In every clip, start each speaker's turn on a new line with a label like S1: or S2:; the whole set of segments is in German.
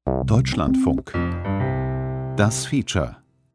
S1: Deutschlandfunk. Das Feature.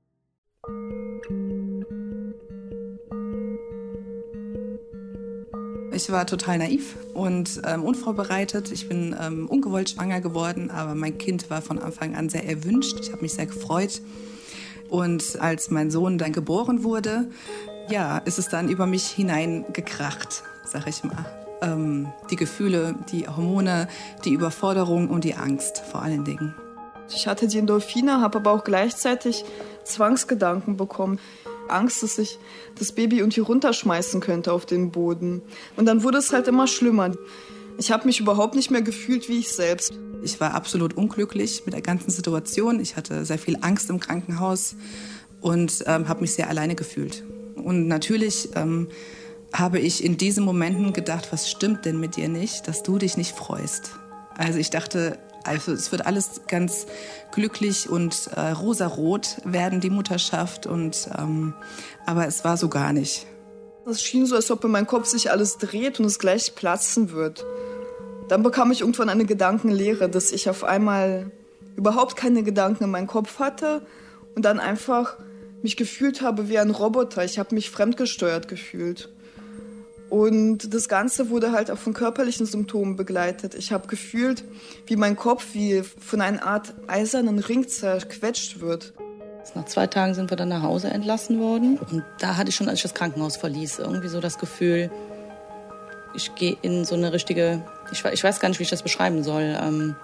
S2: Ich war total naiv und unvorbereitet. Ich bin ungewollt schwanger geworden, aber mein Kind war von Anfang an sehr erwünscht. Ich habe mich sehr gefreut. Und als mein Sohn dann geboren wurde, ja, ist es dann über mich hineingekracht, sag ich mal. Die Gefühle, die Hormone, die Überforderung und die Angst vor allen Dingen.
S3: Ich hatte die Endorphine, habe aber auch gleichzeitig Zwangsgedanken bekommen. Angst, dass ich das Baby irgendwie runterschmeißen könnte auf den Boden. Und dann wurde es halt immer schlimmer. Ich habe mich überhaupt nicht mehr gefühlt wie ich selbst.
S2: Ich war absolut unglücklich mit der ganzen Situation. Ich hatte sehr viel Angst im Krankenhaus und habe mich sehr alleine gefühlt. Und natürlich habe ich in diesen Momenten gedacht, was stimmt denn mit dir nicht, dass du dich nicht freust? Also ich dachte, es wird alles ganz glücklich und rosarot werden, die Mutterschaft. Aber es war so gar nicht.
S3: Es schien so, als ob in meinem Kopf sich alles dreht und es gleich platzen wird. Dann bekam ich irgendwann eine Gedankenleere, dass ich auf einmal überhaupt keine Gedanken in meinem Kopf hatte und dann einfach mich gefühlt habe wie ein Roboter. Ich habe mich fremdgesteuert gefühlt. Und das Ganze wurde halt auch von körperlichen Symptomen begleitet. Ich habe gefühlt, wie mein Kopf wie von einer Art eisernen Ring zerquetscht wird.
S4: Nach 2 Tagen sind wir dann nach Hause entlassen worden. Und da hatte ich schon, als ich das Krankenhaus verließ, irgendwie so das Gefühl, ich gehe in so eine richtige, ich weiß gar nicht, wie ich das beschreiben soll,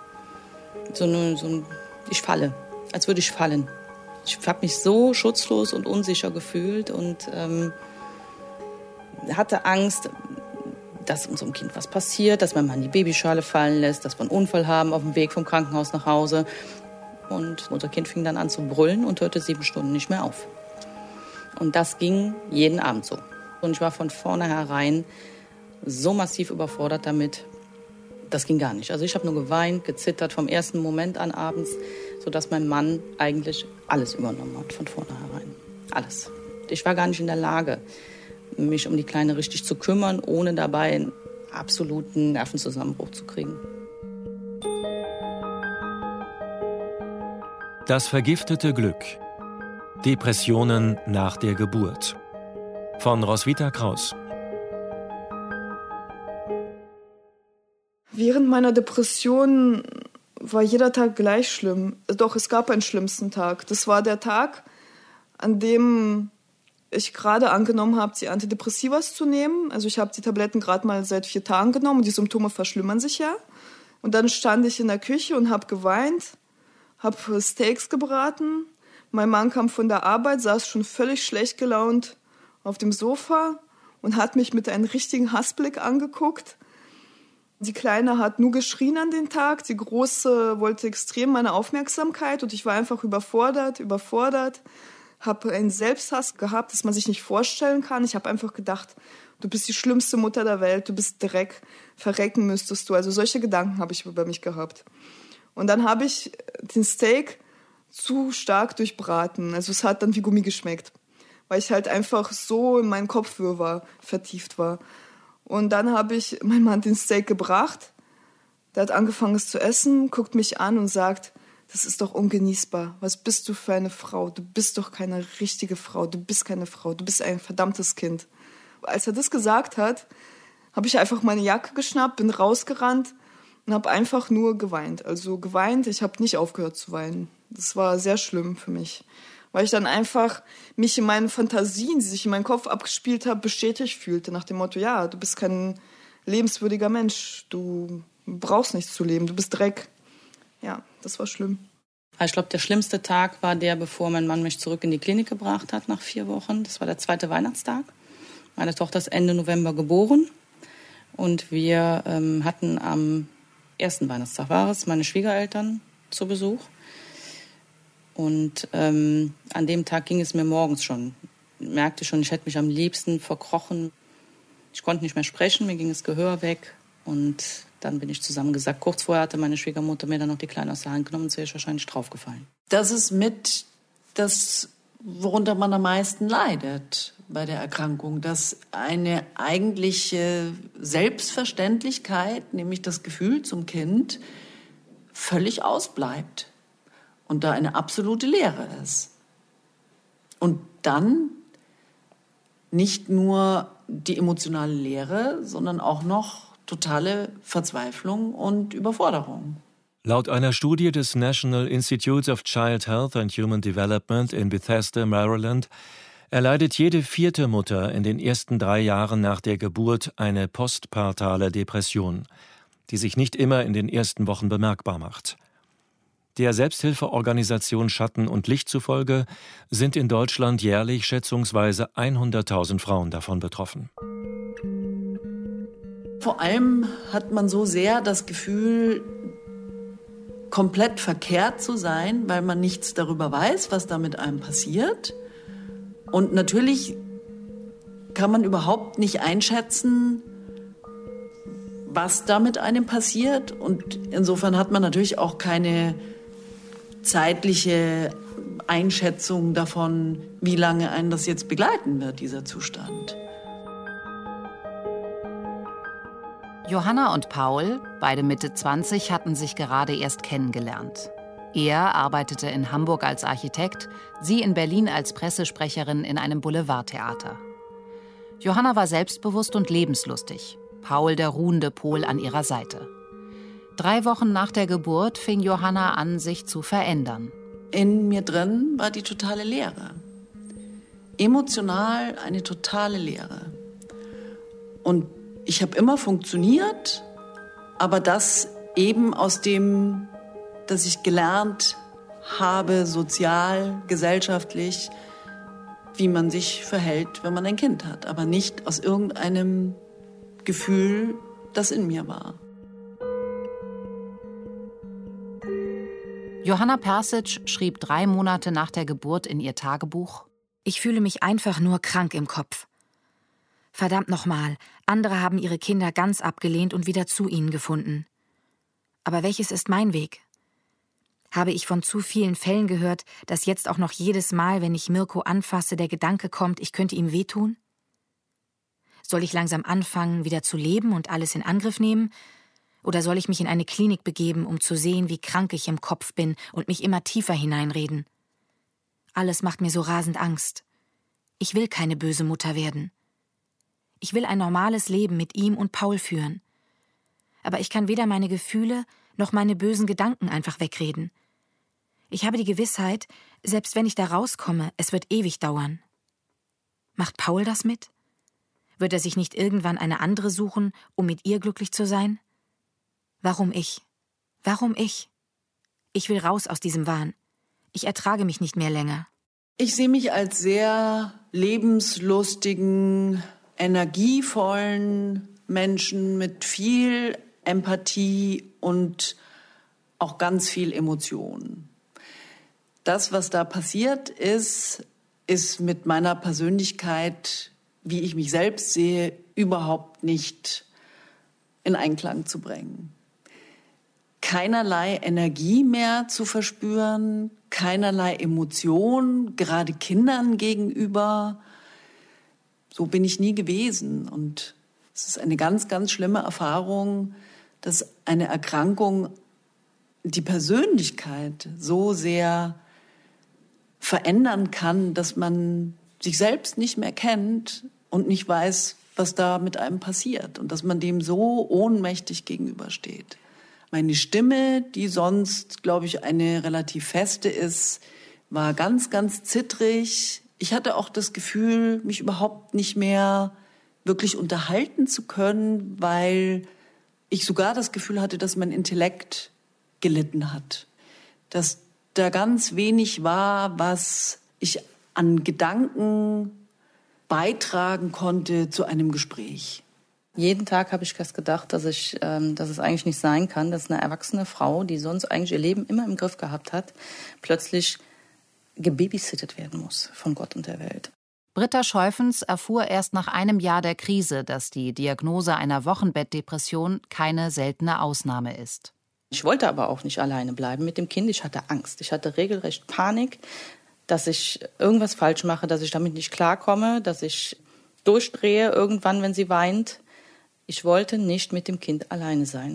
S4: ich falle, als würde ich fallen. Ich habe mich so schutzlos und unsicher gefühlt und hatte Angst, dass unserem Kind was passiert, dass mein Mann die Babyschale fallen lässt, dass wir einen Unfall haben auf dem Weg vom Krankenhaus nach Hause. Und unser Kind fing dann an zu brüllen und hörte 7 Stunden nicht mehr auf. Und das ging jeden Abend so. Und ich war von vornherein so massiv überfordert damit, das ging gar nicht. Also ich habe nur geweint, gezittert vom ersten Moment an abends, sodass mein Mann eigentlich alles übernommen hat von vornherein. Alles. Ich war gar nicht in der Lage, mich um die Kleine richtig zu kümmern, ohne dabei einen absoluten Nervenzusammenbruch zu kriegen.
S5: Das vergiftete Glück. Depressionen nach der Geburt. Von Roswitha Kraus.
S3: Während meiner Depression war jeder Tag gleich schlimm. Doch, es gab einen schlimmsten Tag. Das war der Tag, an dem ich gerade angenommen habe, die Antidepressivas zu nehmen. Also ich habe die Tabletten gerade mal seit 4 Tagen genommen und die Symptome verschlimmern sich ja. Und dann stand ich in der Küche und habe geweint, habe Steaks gebraten. Mein Mann kam von der Arbeit, saß schon völlig schlecht gelaunt auf dem Sofa und hat mich mit einem richtigen Hassblick angeguckt. Die Kleine hat nur geschrien an den Tag, die Große wollte extrem meine Aufmerksamkeit und ich war einfach überfordert. Habe einen Selbsthass gehabt, das man sich nicht vorstellen kann. Ich habe einfach gedacht, du bist die schlimmste Mutter der Welt, du bist Dreck, verrecken müsstest du. Also solche Gedanken habe ich über mich gehabt. Und dann habe ich den Steak zu stark durchbraten. Also es hat dann wie Gummi geschmeckt, weil ich halt einfach so in meinen Kopfwirrwarr vertieft war. Und dann habe ich meinem Mann den Steak gebracht. Der hat angefangen, es zu essen, guckt mich an und sagt, das ist doch ungenießbar. Was bist du für eine Frau? Du bist doch keine richtige Frau. Du bist keine Frau. Du bist ein verdammtes Kind. Als er das gesagt hat, habe ich einfach meine Jacke geschnappt, bin rausgerannt und habe einfach nur geweint. Also geweint, ich habe nicht aufgehört zu weinen. Das war sehr schlimm für mich, weil ich dann einfach mich in meinen Fantasien, die sich in meinem Kopf abgespielt haben, bestätigt fühlte. Nach dem Motto, ja, du bist kein lebenswürdiger Mensch. Du brauchst nichts zu leben. Du bist Dreck. Ja, das war schlimm.
S4: Ich glaube, der schlimmste Tag war der, bevor mein Mann mich zurück in die Klinik gebracht hat nach 4 Wochen. Das war der 2. Weihnachtstag. Meine Tochter ist Ende November geboren. Und wir hatten am 1. Weihnachtstag meine Schwiegereltern zu Besuch. Und an dem Tag ging es mir morgens schon. Merkte schon, ich hätte mich am liebsten verkrochen. Ich konnte nicht mehr sprechen, mir ging das Gehör weg. Und dann bin ich zusammengesackt. Kurz vorher hatte meine Schwiegermutter mir dann noch die Kleine aus der Hand genommen und sie wäre wahrscheinlich draufgefallen.
S6: Das ist mit das, worunter man am meisten leidet bei der Erkrankung. Dass eine eigentliche Selbstverständlichkeit, nämlich das Gefühl zum Kind, völlig ausbleibt und da eine absolute Leere ist. Und dann nicht nur die emotionale Leere, sondern auch noch totale Verzweiflung und Überforderung.
S5: Laut einer Studie des National Institutes of Child Health and Human Development in Bethesda, Maryland, erleidet jede 4. Mutter in den ersten 3 Jahren nach der Geburt eine postpartale Depression, die sich nicht immer in den ersten Wochen bemerkbar macht. Der Selbsthilfeorganisation Schatten und Licht zufolge sind in Deutschland jährlich schätzungsweise 100.000 Frauen davon betroffen.
S6: Vor allem hat man so sehr das Gefühl, komplett verkehrt zu sein, weil man nichts darüber weiß, was da mit einem passiert. Und natürlich kann man überhaupt nicht einschätzen, was da mit einem passiert. Und insofern hat man natürlich auch keine zeitliche Einschätzung davon, wie lange einen das jetzt begleiten wird, dieser Zustand.
S7: Johanna und Paul, beide Mitte 20, hatten sich gerade erst kennengelernt. Er arbeitete in Hamburg als Architekt, sie in Berlin als Pressesprecherin in einem Boulevardtheater. Johanna war selbstbewusst und lebenslustig, Paul der ruhende Pol an ihrer Seite. 3 Wochen nach der Geburt fing Johanna an, sich zu verändern.
S6: In mir drin war die totale Leere. Emotional eine totale Leere. Und ich habe immer funktioniert, aber das eben aus dem, dass ich gelernt habe, sozial, gesellschaftlich, wie man sich verhält, wenn man ein Kind hat, aber nicht aus irgendeinem Gefühl, das in mir war.
S7: Johanna Persic schrieb 3 Monate nach der Geburt in ihr Tagebuch:
S8: Ich fühle mich einfach nur krank im Kopf. Verdammt nochmal, andere haben ihre Kinder ganz abgelehnt und wieder zu ihnen gefunden. Aber welches ist mein Weg? Habe ich von zu vielen Fällen gehört, dass jetzt auch noch jedes Mal, wenn ich Mirko anfasse, der Gedanke kommt, ich könnte ihm wehtun? Soll ich langsam anfangen, wieder zu leben und alles in Angriff nehmen? Oder soll ich mich in eine Klinik begeben, um zu sehen, wie krank ich im Kopf bin und mich immer tiefer hineinreden? Alles macht mir so rasend Angst. Ich will keine böse Mutter werden. Ich will ein normales Leben mit ihm und Paul führen. Aber ich kann weder meine Gefühle noch meine bösen Gedanken einfach wegreden. Ich habe die Gewissheit, selbst wenn ich da rauskomme, es wird ewig dauern. Macht Paul das mit? Wird er sich nicht irgendwann eine andere suchen, um mit ihr glücklich zu sein? Warum ich? Warum ich? Ich will raus aus diesem Wahn. Ich ertrage mich nicht mehr länger.
S6: Ich sehe mich als sehr lebenslustigen, energievollen Menschen mit viel Empathie und auch ganz viel Emotion. Das, was da passiert ist mit meiner Persönlichkeit, wie ich mich selbst sehe, überhaupt nicht in Einklang zu bringen. Keinerlei Energie mehr zu verspüren, keinerlei Emotion, gerade Kindern gegenüber. So bin ich nie gewesen. Und es ist eine ganz, ganz schlimme Erfahrung, dass eine Erkrankung die Persönlichkeit so sehr verändern kann, dass man sich selbst nicht mehr kennt und nicht weiß, was da mit einem passiert und dass man dem so ohnmächtig gegenübersteht. Meine Stimme, die sonst, glaube ich, eine relativ feste ist, war ganz, ganz zittrig. Ich hatte auch das Gefühl, mich überhaupt nicht mehr wirklich unterhalten zu können, weil ich sogar das Gefühl hatte, dass mein Intellekt gelitten hat. Dass da ganz wenig war, was ich an Gedanken beitragen konnte zu einem Gespräch.
S4: Jeden Tag habe ich das gedacht, dass es eigentlich nicht sein kann, dass eine erwachsene Frau, die sonst eigentlich ihr Leben immer im Griff gehabt hat, plötzlich gebabysittet werden muss von Gott und der Welt.
S7: Britta Scheufens erfuhr erst nach einem Jahr der Krise, dass die Diagnose einer Wochenbettdepression keine seltene Ausnahme ist.
S4: Ich wollte aber auch nicht alleine bleiben mit dem Kind. Ich hatte Angst. Ich hatte regelrecht Panik, dass ich irgendwas falsch mache, dass ich damit nicht klarkomme, dass ich durchdrehe irgendwann, wenn sie weint. Ich wollte nicht mit dem Kind alleine sein.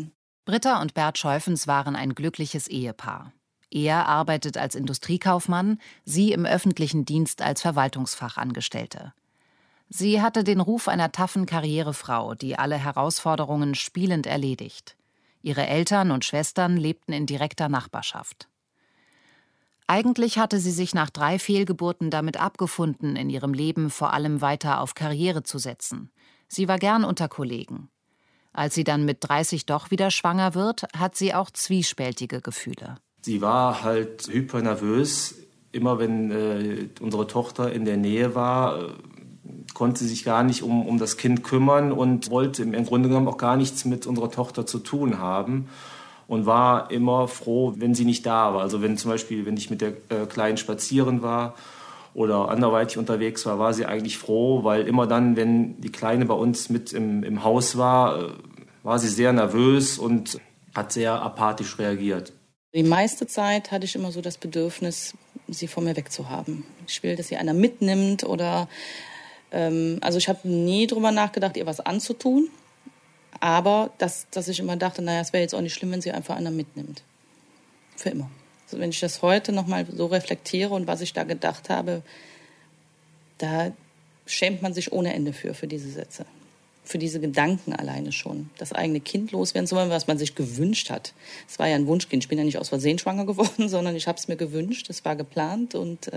S7: Britta und Bert Scheufens waren ein glückliches Ehepaar. Er arbeitet als Industriekaufmann, sie im öffentlichen Dienst als Verwaltungsfachangestellte. Sie hatte den Ruf einer taffen Karrierefrau, die alle Herausforderungen spielend erledigt. Ihre Eltern und Schwestern lebten in direkter Nachbarschaft. Eigentlich hatte sie sich nach 3 Fehlgeburten damit abgefunden, in ihrem Leben vor allem weiter auf Karriere zu setzen. Sie war gern unter Kollegen. Als sie dann mit 30 doch wieder schwanger wird, hat sie auch zwiespältige Gefühle.
S9: Sie war halt hypernervös. Immer wenn unsere Tochter in der Nähe war, konnte sie sich gar nicht um das Kind kümmern und wollte im Grunde genommen auch gar nichts mit unserer Tochter zu tun haben. Und war immer froh, wenn sie nicht da war. Also wenn ich mit der Kleinen spazieren war oder anderweitig unterwegs war, war sie eigentlich froh, weil immer dann, wenn die Kleine bei uns mit im Haus war, war sie sehr nervös und hat sehr apathisch reagiert.
S4: Die meiste Zeit hatte ich immer so das Bedürfnis, sie von mir wegzuhaben. Ich will, dass sie einer mitnimmt oder also ich habe nie drüber nachgedacht, ihr was anzutun. Aber dass ich immer dachte, naja, es wäre jetzt auch nicht schlimm, wenn sie einfach einer mitnimmt. Für immer. Also wenn ich das heute nochmal so reflektiere und was ich da gedacht habe, da schämt man sich ohne Ende für diese Sätze. Für diese Gedanken alleine schon. Das eigene Kind loswerden zu wollen, was man sich gewünscht hat. Es war ja ein Wunschkind. Ich bin ja nicht aus Versehen schwanger geworden, sondern ich habe es mir gewünscht. Es war geplant. Und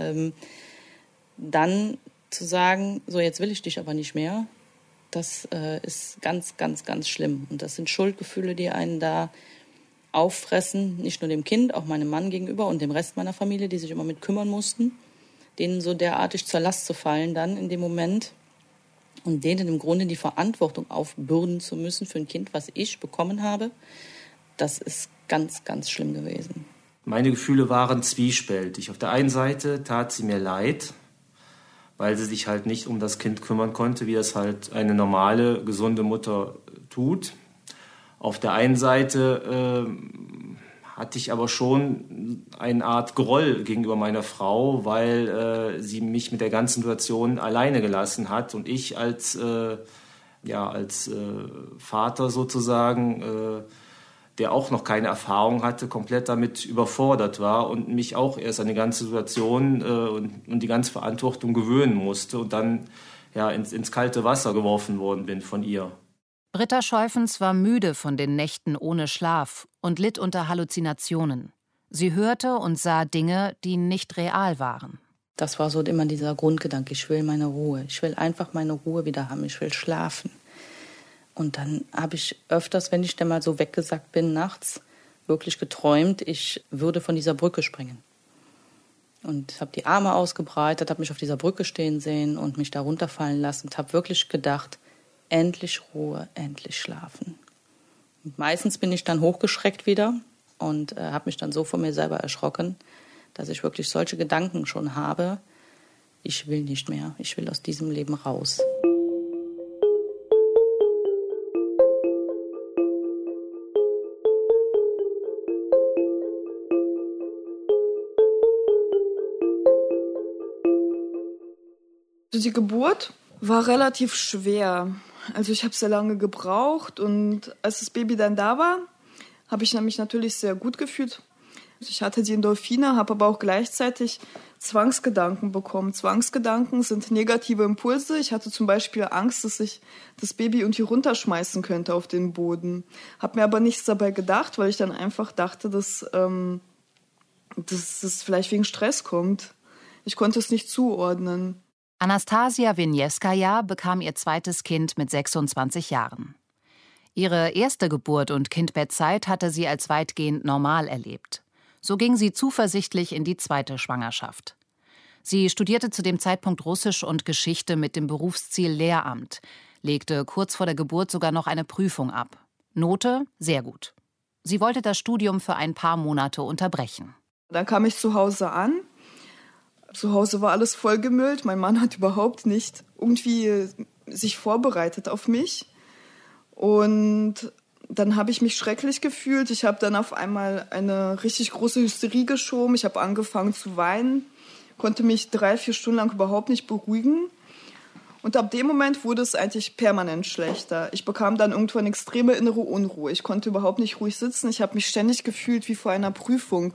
S4: dann zu sagen, so jetzt will ich dich aber nicht mehr, das ist ganz, ganz, ganz schlimm. Und das sind Schuldgefühle, die einen da auffressen. Nicht nur dem Kind, auch meinem Mann gegenüber und dem Rest meiner Familie, die sich immer mit kümmern mussten. Denen so derartig zur Last zu fallen dann in dem Moment. Und denen im Grunde die Verantwortung aufbürden zu müssen für ein Kind, was ich bekommen habe. Das ist ganz, ganz schlimm gewesen.
S9: Meine Gefühle waren zwiespältig. Auf der einen Seite tat sie mir leid, weil sie sich halt nicht um das Kind kümmern konnte, wie das halt eine normale, gesunde Mutter tut. Auf der einen Seite hatte ich aber schon eine Art Groll gegenüber meiner Frau, weil sie mich mit der ganzen Situation alleine gelassen hat und ich als Vater sozusagen, der auch noch keine Erfahrung hatte, komplett damit überfordert war und mich auch erst an die ganze Situation und die ganze Verantwortung gewöhnen musste und dann ins kalte Wasser geworfen worden bin von ihr.
S7: Britta Scheufens war müde von den Nächten ohne Schlaf und litt unter Halluzinationen. Sie hörte und sah Dinge, die nicht real waren.
S4: Das war so immer dieser Grundgedanke, ich will meine Ruhe. Ich will einfach meine Ruhe wieder haben, ich will schlafen. Und dann habe ich öfters, wenn ich dann mal so weggesackt bin nachts, wirklich geträumt, ich würde von dieser Brücke springen. Und habe die Arme ausgebreitet, habe mich auf dieser Brücke stehen sehen und mich da runterfallen lassen und habe wirklich gedacht, endlich Ruhe, endlich schlafen. Und meistens bin ich dann hochgeschreckt wieder und habe mich dann so von mir selber erschrocken, dass ich wirklich solche Gedanken schon habe, ich will nicht mehr, ich will aus diesem Leben raus.
S3: Die Geburt war relativ schwer. Also ich habe sehr lange gebraucht und als das Baby dann da war, habe ich mich natürlich sehr gut gefühlt. Ich hatte die Endorphine, habe aber auch gleichzeitig Zwangsgedanken bekommen. Zwangsgedanken sind negative Impulse. Ich hatte zum Beispiel Angst, dass ich das Baby irgendwie runterschmeißen könnte auf den Boden. Habe mir aber nichts dabei gedacht, weil ich dann einfach dachte, dass es vielleicht wegen Stress kommt. Ich konnte es nicht zuordnen.
S7: Anastasia Winjewskaja bekam ihr zweites Kind mit 26 Jahren. Ihre erste Geburt und Kindbettzeit hatte sie als weitgehend normal erlebt. So ging sie zuversichtlich in die zweite Schwangerschaft. Sie studierte zu dem Zeitpunkt Russisch und Geschichte mit dem Berufsziel Lehramt, legte kurz vor der Geburt sogar noch eine Prüfung ab. Note: sehr gut. Sie wollte das Studium für ein paar Monate unterbrechen.
S3: Dann kam ich zu Hause an. Zu Hause war alles vollgemüllt. Mein Mann hat überhaupt nicht irgendwie sich vorbereitet auf mich. Und dann habe ich mich schrecklich gefühlt. Ich habe dann auf einmal eine richtig große Hysterie geschoben. Ich habe angefangen zu weinen, konnte mich 3-4 Stunden lang überhaupt nicht beruhigen. Und ab dem Moment wurde es eigentlich permanent schlechter. Ich bekam dann irgendwann extreme innere Unruhe. Ich konnte überhaupt nicht ruhig sitzen. Ich habe mich ständig gefühlt wie vor einer Prüfung.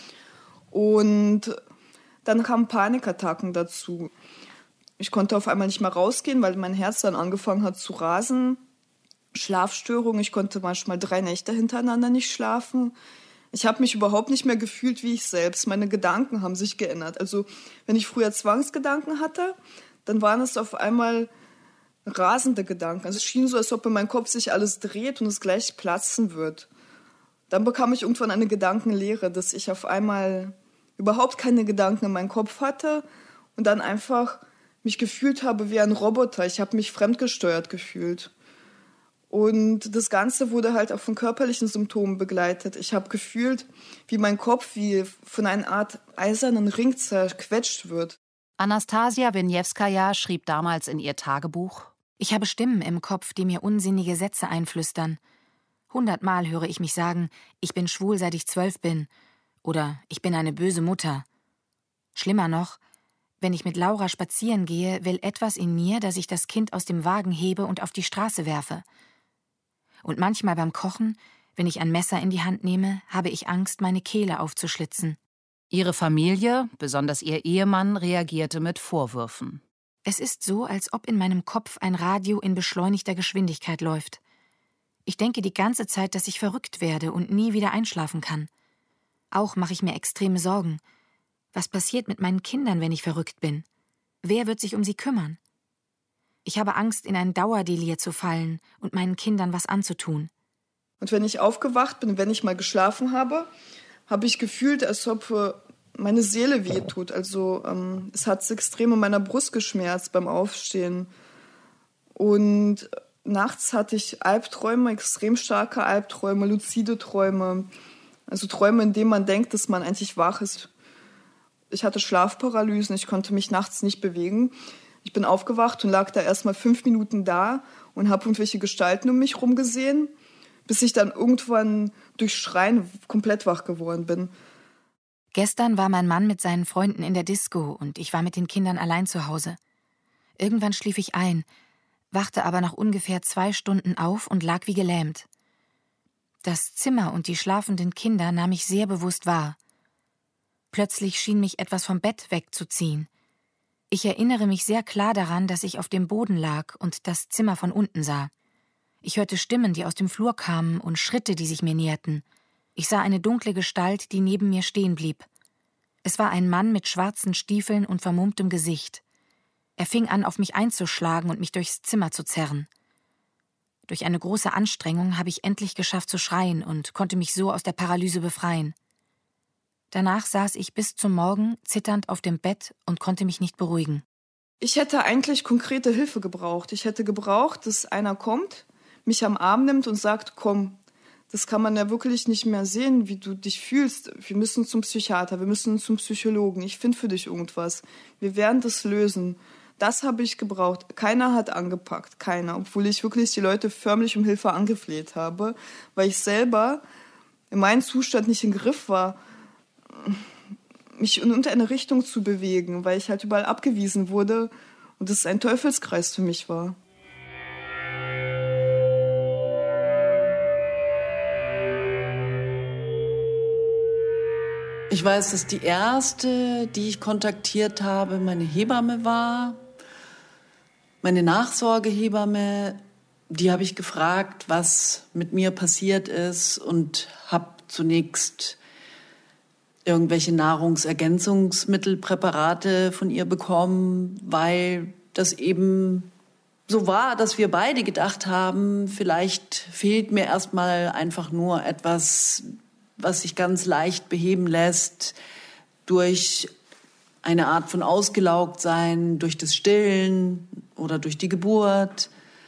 S3: Und dann kamen Panikattacken dazu. Ich konnte auf einmal nicht mehr rausgehen, weil mein Herz dann angefangen hat zu rasen. Schlafstörungen. Ich konnte manchmal 3 Nächte hintereinander nicht schlafen. Ich habe mich überhaupt nicht mehr gefühlt wie ich selbst. Meine Gedanken haben sich geändert. Also wenn ich früher Zwangsgedanken hatte, dann waren es auf einmal rasende Gedanken. Also es schien so, als ob in meinem Kopf sich alles dreht und es gleich platzen wird. Dann bekam ich irgendwann eine Gedankenleere, dass ich auf einmal überhaupt keine Gedanken in meinem Kopf hatte und dann einfach mich gefühlt habe wie ein Roboter. Ich habe mich fremdgesteuert gefühlt. Und das Ganze wurde halt auch von körperlichen Symptomen begleitet. Ich habe gefühlt, wie mein Kopf wie von einer Art eisernen Ring zerquetscht wird.
S7: Anastasia Winjewskaja schrieb damals in ihr Tagebuch:
S8: Ich habe Stimmen im Kopf, die mir unsinnige Sätze einflüstern. 100-mal höre ich mich sagen, ich bin schwul, seit ich 12 bin. Oder ich bin eine böse Mutter. Schlimmer noch, wenn ich mit Laura spazieren gehe, will etwas in mir, dass ich das Kind aus dem Wagen hebe und auf die Straße werfe. Und manchmal beim Kochen, wenn ich ein Messer in die Hand nehme, habe ich Angst, meine Kehle aufzuschlitzen.
S7: Ihre Familie, besonders ihr Ehemann, reagierte mit Vorwürfen.
S8: Es ist so, als ob in meinem Kopf ein Radio in beschleunigter Geschwindigkeit läuft. Ich denke die ganze Zeit, dass ich verrückt werde und nie wieder einschlafen kann. Auch mache ich mir extreme Sorgen. Was passiert mit meinen Kindern, wenn ich verrückt bin? Wer wird sich um sie kümmern? Ich habe Angst, in ein Dauerdelir zu fallen und meinen Kindern was anzutun.
S3: Und wenn ich aufgewacht bin, wenn ich mal geschlafen habe, habe ich gefühlt, als ob meine Seele wehtut. Also es hat extrem in meiner Brust geschmerzt beim Aufstehen. Und nachts hatte ich Albträume, extrem starke Albträume, luzide Träume. Also Träume, in denen man denkt, dass man eigentlich wach ist. Ich hatte Schlafparalysen, ich konnte mich nachts nicht bewegen. Ich bin aufgewacht und lag da erst mal 5 Minuten da und habe irgendwelche Gestalten um mich herum gesehen, bis ich dann irgendwann durch Schreien komplett wach geworden bin.
S8: Gestern war mein Mann mit seinen Freunden in der Disco und ich war mit den Kindern allein zu Hause. Irgendwann schlief ich ein, wachte aber nach ungefähr 2 Stunden auf und lag wie gelähmt. Das Zimmer und die schlafenden Kinder nahm ich sehr bewusst wahr. Plötzlich schien mich etwas vom Bett wegzuziehen. Ich erinnere mich sehr klar daran, dass ich auf dem Boden lag und das Zimmer von unten sah. Ich hörte Stimmen, die aus dem Flur kamen, und Schritte, die sich mir näherten. Ich sah eine dunkle Gestalt, die neben mir stehen blieb. Es war ein Mann mit schwarzen Stiefeln und vermummtem Gesicht. Er fing an, auf mich einzuschlagen und mich durchs Zimmer zu zerren. Durch eine große Anstrengung habe ich endlich geschafft zu schreien und konnte mich so aus der Paralyse befreien. Danach saß ich bis zum Morgen zitternd auf dem Bett und konnte mich nicht beruhigen.
S3: Ich hätte eigentlich konkrete Hilfe gebraucht. Ich hätte gebraucht, dass einer kommt, mich am Arm nimmt und sagt, komm, das kann man ja wirklich nicht mehr sehen, wie du dich fühlst. Wir müssen zum Psychiater, wir müssen zum Psychologen. Ich finde für dich irgendwas. Wir werden das lösen. Das habe ich gebraucht. Keiner hat angepackt, keiner. Obwohl ich wirklich die Leute förmlich um Hilfe angefleht habe, weil ich selber in meinem Zustand nicht im Griff war, mich in irgendeine Richtung zu bewegen, weil ich halt überall abgewiesen wurde und es ein Teufelskreis für mich war.
S6: Ich weiß, dass die erste, die ich kontaktiert habe, meine Hebamme war. Meine Nachsorgehebamme, die habe ich gefragt, was mit mir passiert ist, und habe zunächst irgendwelche Nahrungsergänzungsmittelpräparate von ihr bekommen, weil das eben so war, dass wir beide gedacht haben, vielleicht fehlt mir erstmal einfach nur etwas, was sich ganz leicht beheben lässt durch eine Art von Ausgelaugtsein, durch das Stillen oder durch die Geburt.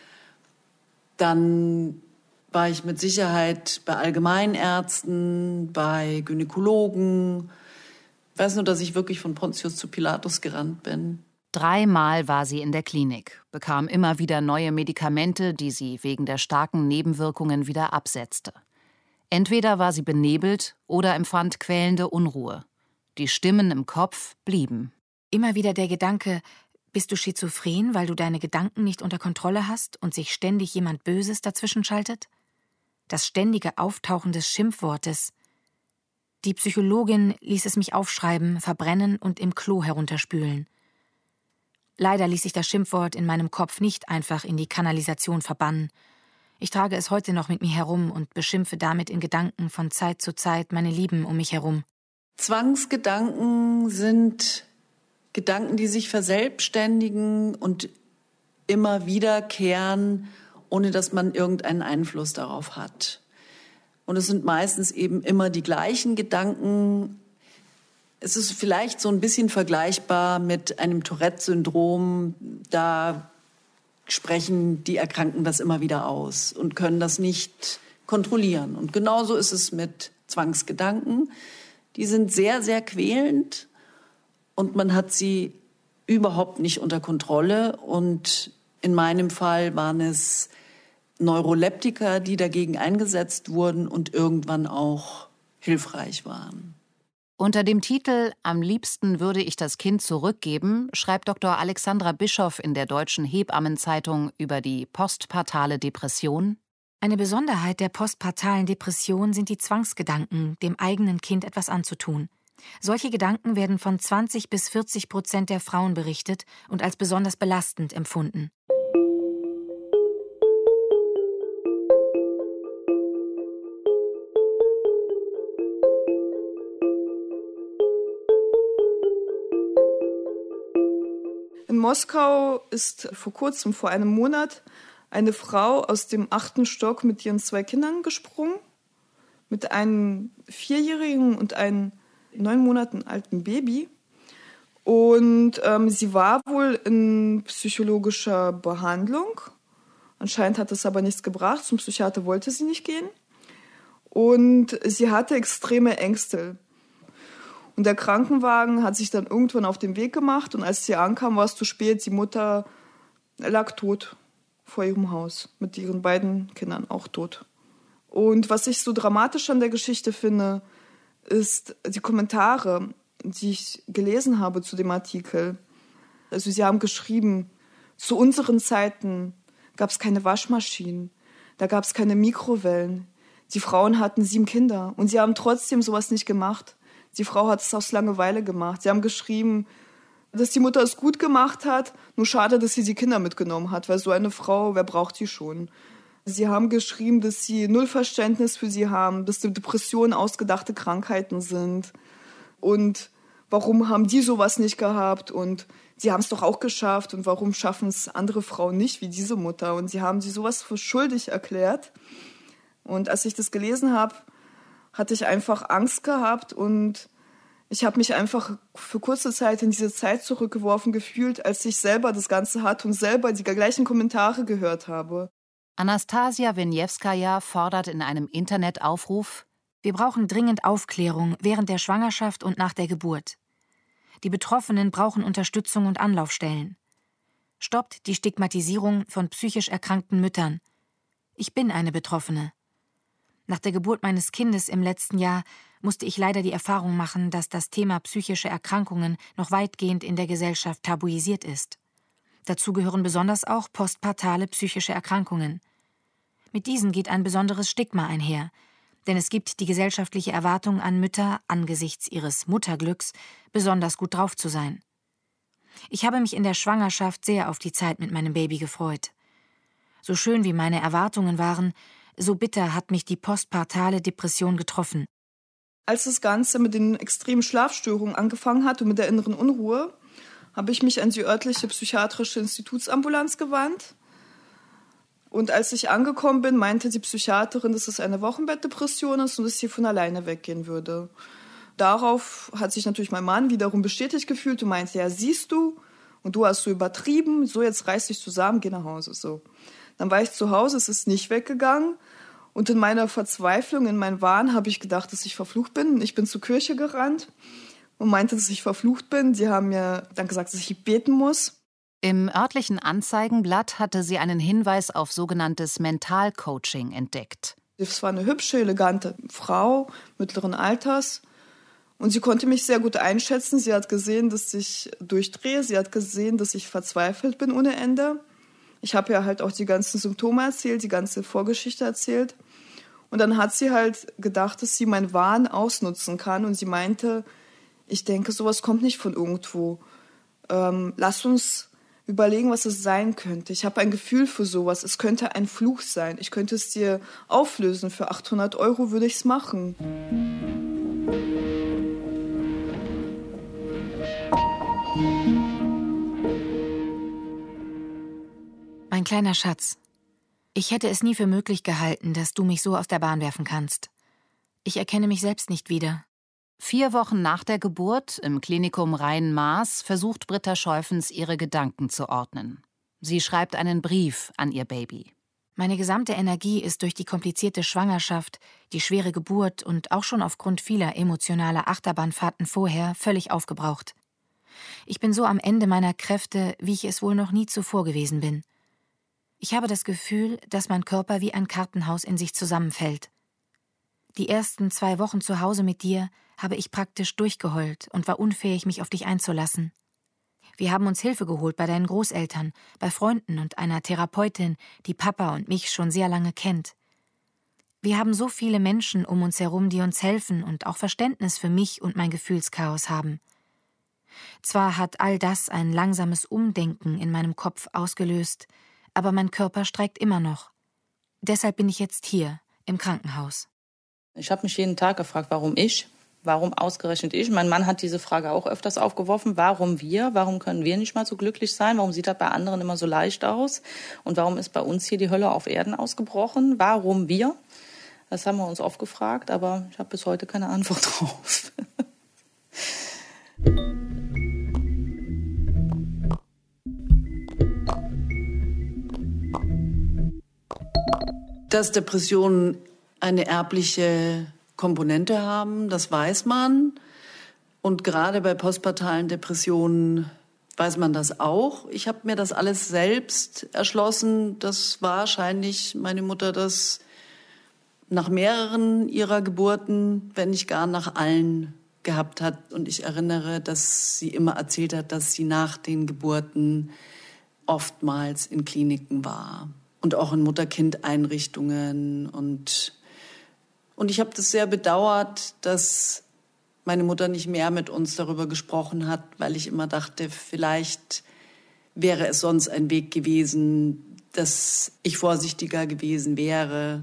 S6: Dann war ich mit Sicherheit bei Allgemeinärzten, bei Gynäkologen. Ich weiß nur, dass ich wirklich von Pontius zu Pilatus gerannt bin.
S7: 3-mal war sie in der Klinik, bekam immer wieder neue Medikamente, die sie wegen der starken Nebenwirkungen wieder absetzte. Entweder war sie benebelt oder empfand quälende Unruhe. Die Stimmen im Kopf blieben.
S8: Immer wieder der Gedanke, Bist du schizophren, weil du deine Gedanken nicht unter Kontrolle hast und sich ständig jemand Böses dazwischenschaltet? Das ständige Auftauchen des Schimpfwortes. Die Psychologin ließ es mich aufschreiben, verbrennen und im Klo herunterspülen. Leider ließ sich das Schimpfwort in meinem Kopf nicht einfach in die Kanalisation verbannen. Ich trage es heute noch mit mir herum und beschimpfe damit in Gedanken von Zeit zu Zeit meine Lieben um mich herum.
S6: Zwangsgedanken sind Gedanken, die sich verselbstständigen und immer wiederkehren, ohne dass man irgendeinen Einfluss darauf hat. Und es sind meistens eben immer die gleichen Gedanken. Es ist vielleicht so ein bisschen vergleichbar mit einem Tourette-Syndrom. Da sprechen die Erkrankten das immer wieder aus und können das nicht kontrollieren. Und genauso ist es mit Zwangsgedanken. Die sind sehr, sehr quälend und man hat sie überhaupt nicht unter Kontrolle. Und in meinem Fall waren es Neuroleptika, die dagegen eingesetzt wurden und irgendwann auch hilfreich waren.
S7: Unter dem Titel »Am liebsten würde ich das Kind zurückgeben« schreibt Dr. Alexandra Bischoff in der Deutschen Hebammenzeitung über die postpartale Depression:
S8: Eine Besonderheit der postpartalen Depression sind die Zwangsgedanken, dem eigenen Kind etwas anzutun. Solche Gedanken werden von 20-40% der Frauen berichtet und als besonders belastend empfunden.
S3: In Moskau ist vor kurzem, vor einem Monat, eine Frau aus dem 8. Stock mit ihren 2 Kindern gesprungen, mit einem 4-jährigen und einem 9 Monaten alten Baby. Und sie war wohl in psychologischer Behandlung. Anscheinend hat das aber nichts gebracht. Zum Psychiater wollte sie nicht gehen. Und sie hatte extreme Ängste. Und der Krankenwagen hat sich dann irgendwann auf den Weg gemacht. Und als sie ankam, war es zu spät. Die Mutter lag tot vor ihrem Haus, mit ihren beiden Kindern auch tot. Und was ich so dramatisch an der Geschichte finde, ist die Kommentare, die ich gelesen habe zu dem Artikel. Also sie haben geschrieben, zu unseren Zeiten gab es keine Waschmaschinen, da gab es keine Mikrowellen. Die Frauen hatten 7 Kinder und sie haben trotzdem sowas nicht gemacht. Die Frau hat es aus Langeweile gemacht. Sie haben geschrieben, dass die Mutter es gut gemacht hat, nur schade, dass sie die Kinder mitgenommen hat, weil so eine Frau, wer braucht die schon? Sie haben geschrieben, dass sie null Verständnis für sie haben, dass die Depressionen ausgedachte Krankheiten sind. Und warum haben die sowas nicht gehabt? Und sie haben es doch auch geschafft. Und warum schaffen es andere Frauen nicht, wie diese Mutter? Und sie haben sie sowas für schuldig erklärt. Und als ich das gelesen habe, hatte ich einfach Angst gehabt und ich habe mich einfach für kurze Zeit in diese Zeit zurückgeworfen gefühlt, als ich selber das Ganze hatte und selber die gleichen Kommentare gehört habe.
S7: Anastasia Wenjewskaja fordert in einem Internetaufruf:
S8: Wir brauchen dringend Aufklärung während der Schwangerschaft und nach der Geburt. Die Betroffenen brauchen Unterstützung und Anlaufstellen. Stoppt die Stigmatisierung von psychisch erkrankten Müttern. Ich bin eine Betroffene. Nach der Geburt meines Kindes im letzten Jahr musste ich leider die Erfahrung machen, dass das Thema psychische Erkrankungen noch weitgehend in der Gesellschaft tabuisiert ist. Dazu gehören besonders auch postpartale psychische Erkrankungen. Mit diesen geht ein besonderes Stigma einher, denn es gibt die gesellschaftliche Erwartung an Mütter, angesichts ihres Mutterglücks besonders gut drauf zu sein. Ich habe mich in der Schwangerschaft sehr auf die Zeit mit meinem Baby gefreut. So schön wie meine Erwartungen waren, so bitter hat mich die postpartale Depression getroffen.
S3: Als das Ganze mit den extremen Schlafstörungen angefangen hat und mit der inneren Unruhe, habe ich mich an die örtliche psychiatrische Institutsambulanz gewandt. Und als ich angekommen bin, meinte die Psychiaterin, dass es eine Wochenbettdepression ist und dass sie von alleine weggehen würde. Darauf hat sich natürlich mein Mann wiederum bestätigt gefühlt und meinte, ja, siehst du, und du hast so übertrieben, so jetzt reiß dich zusammen, geh nach Hause. So. Dann war ich zu Hause, es ist nicht weggegangen. Und in meiner Verzweiflung, in meinem Wahn, habe ich gedacht, dass ich verflucht bin. Ich bin zur Kirche gerannt und meinte, dass ich verflucht bin. Sie haben mir dann gesagt, dass ich beten muss.
S7: Im örtlichen Anzeigenblatt hatte sie einen Hinweis auf sogenanntes Mentalcoaching entdeckt.
S3: Es war eine hübsche, elegante Frau mittleren Alters. Und sie konnte mich sehr gut einschätzen. Sie hat gesehen, dass ich durchdrehe. Sie hat gesehen, dass ich verzweifelt bin ohne Ende. Ich habe ja halt auch die ganzen Symptome erzählt, die ganze Vorgeschichte erzählt. Und dann hat sie halt gedacht, dass sie meinen Wahn ausnutzen kann. Und sie meinte, ich denke, sowas kommt nicht von irgendwo. Lass uns überlegen, was es sein könnte. Ich habe ein Gefühl für sowas. Es könnte ein Fluch sein. Ich könnte es dir auflösen. Für 800 € würde ich es machen.
S8: Mein kleiner Schatz, ich hätte es nie für möglich gehalten, dass du mich so aus der Bahn werfen kannst. Ich erkenne mich selbst nicht wieder.
S7: 4 Wochen nach der Geburt im Klinikum Rhein-Maas versucht Britta Scheufens, ihre Gedanken zu ordnen. Sie schreibt einen Brief an ihr Baby.
S8: Meine gesamte Energie ist durch die komplizierte Schwangerschaft, die schwere Geburt und auch schon aufgrund vieler emotionaler Achterbahnfahrten vorher völlig aufgebraucht. Ich bin so am Ende meiner Kräfte, wie ich es wohl noch nie zuvor gewesen bin. Ich habe das Gefühl, dass mein Körper wie ein Kartenhaus in sich zusammenfällt. Die ersten 2 Wochen zu Hause mit dir habe ich praktisch durchgeheult und war unfähig, mich auf dich einzulassen. Wir haben uns Hilfe geholt bei deinen Großeltern, bei Freunden und einer Therapeutin, die Papa und mich schon sehr lange kennt. Wir haben so viele Menschen um uns herum, die uns helfen und auch Verständnis für mich und mein Gefühlschaos haben. Zwar hat all das ein langsames Umdenken in meinem Kopf ausgelöst, aber mein Körper streikt immer noch. Deshalb bin ich jetzt hier, im Krankenhaus.
S4: Ich habe mich jeden Tag gefragt, warum ich? Warum ausgerechnet ich? Mein Mann hat diese Frage auch öfters aufgeworfen. Warum wir? Warum können wir nicht mal so glücklich sein? Warum sieht das bei anderen immer so leicht aus? Und warum ist bei uns hier die Hölle auf Erden ausgebrochen? Warum wir? Das haben wir uns oft gefragt, aber ich habe bis heute keine Antwort drauf.
S6: Dass Depressionen eine erbliche Komponente haben, das weiß man. Und gerade bei postpartalen Depressionen weiß man das auch. Ich habe mir das alles selbst erschlossen, dass wahrscheinlich meine Mutter das nach mehreren ihrer Geburten, wenn nicht gar nach allen, gehabt hat. Und ich erinnere, dass sie immer erzählt hat, dass sie nach den Geburten oftmals in Kliniken war. Und auch in Mutter-Kind-Einrichtungen. Und ich habe das sehr bedauert, dass meine Mutter nicht mehr mit uns darüber gesprochen hat, weil ich immer dachte, vielleicht wäre es sonst ein Weg gewesen, dass ich vorsichtiger gewesen wäre.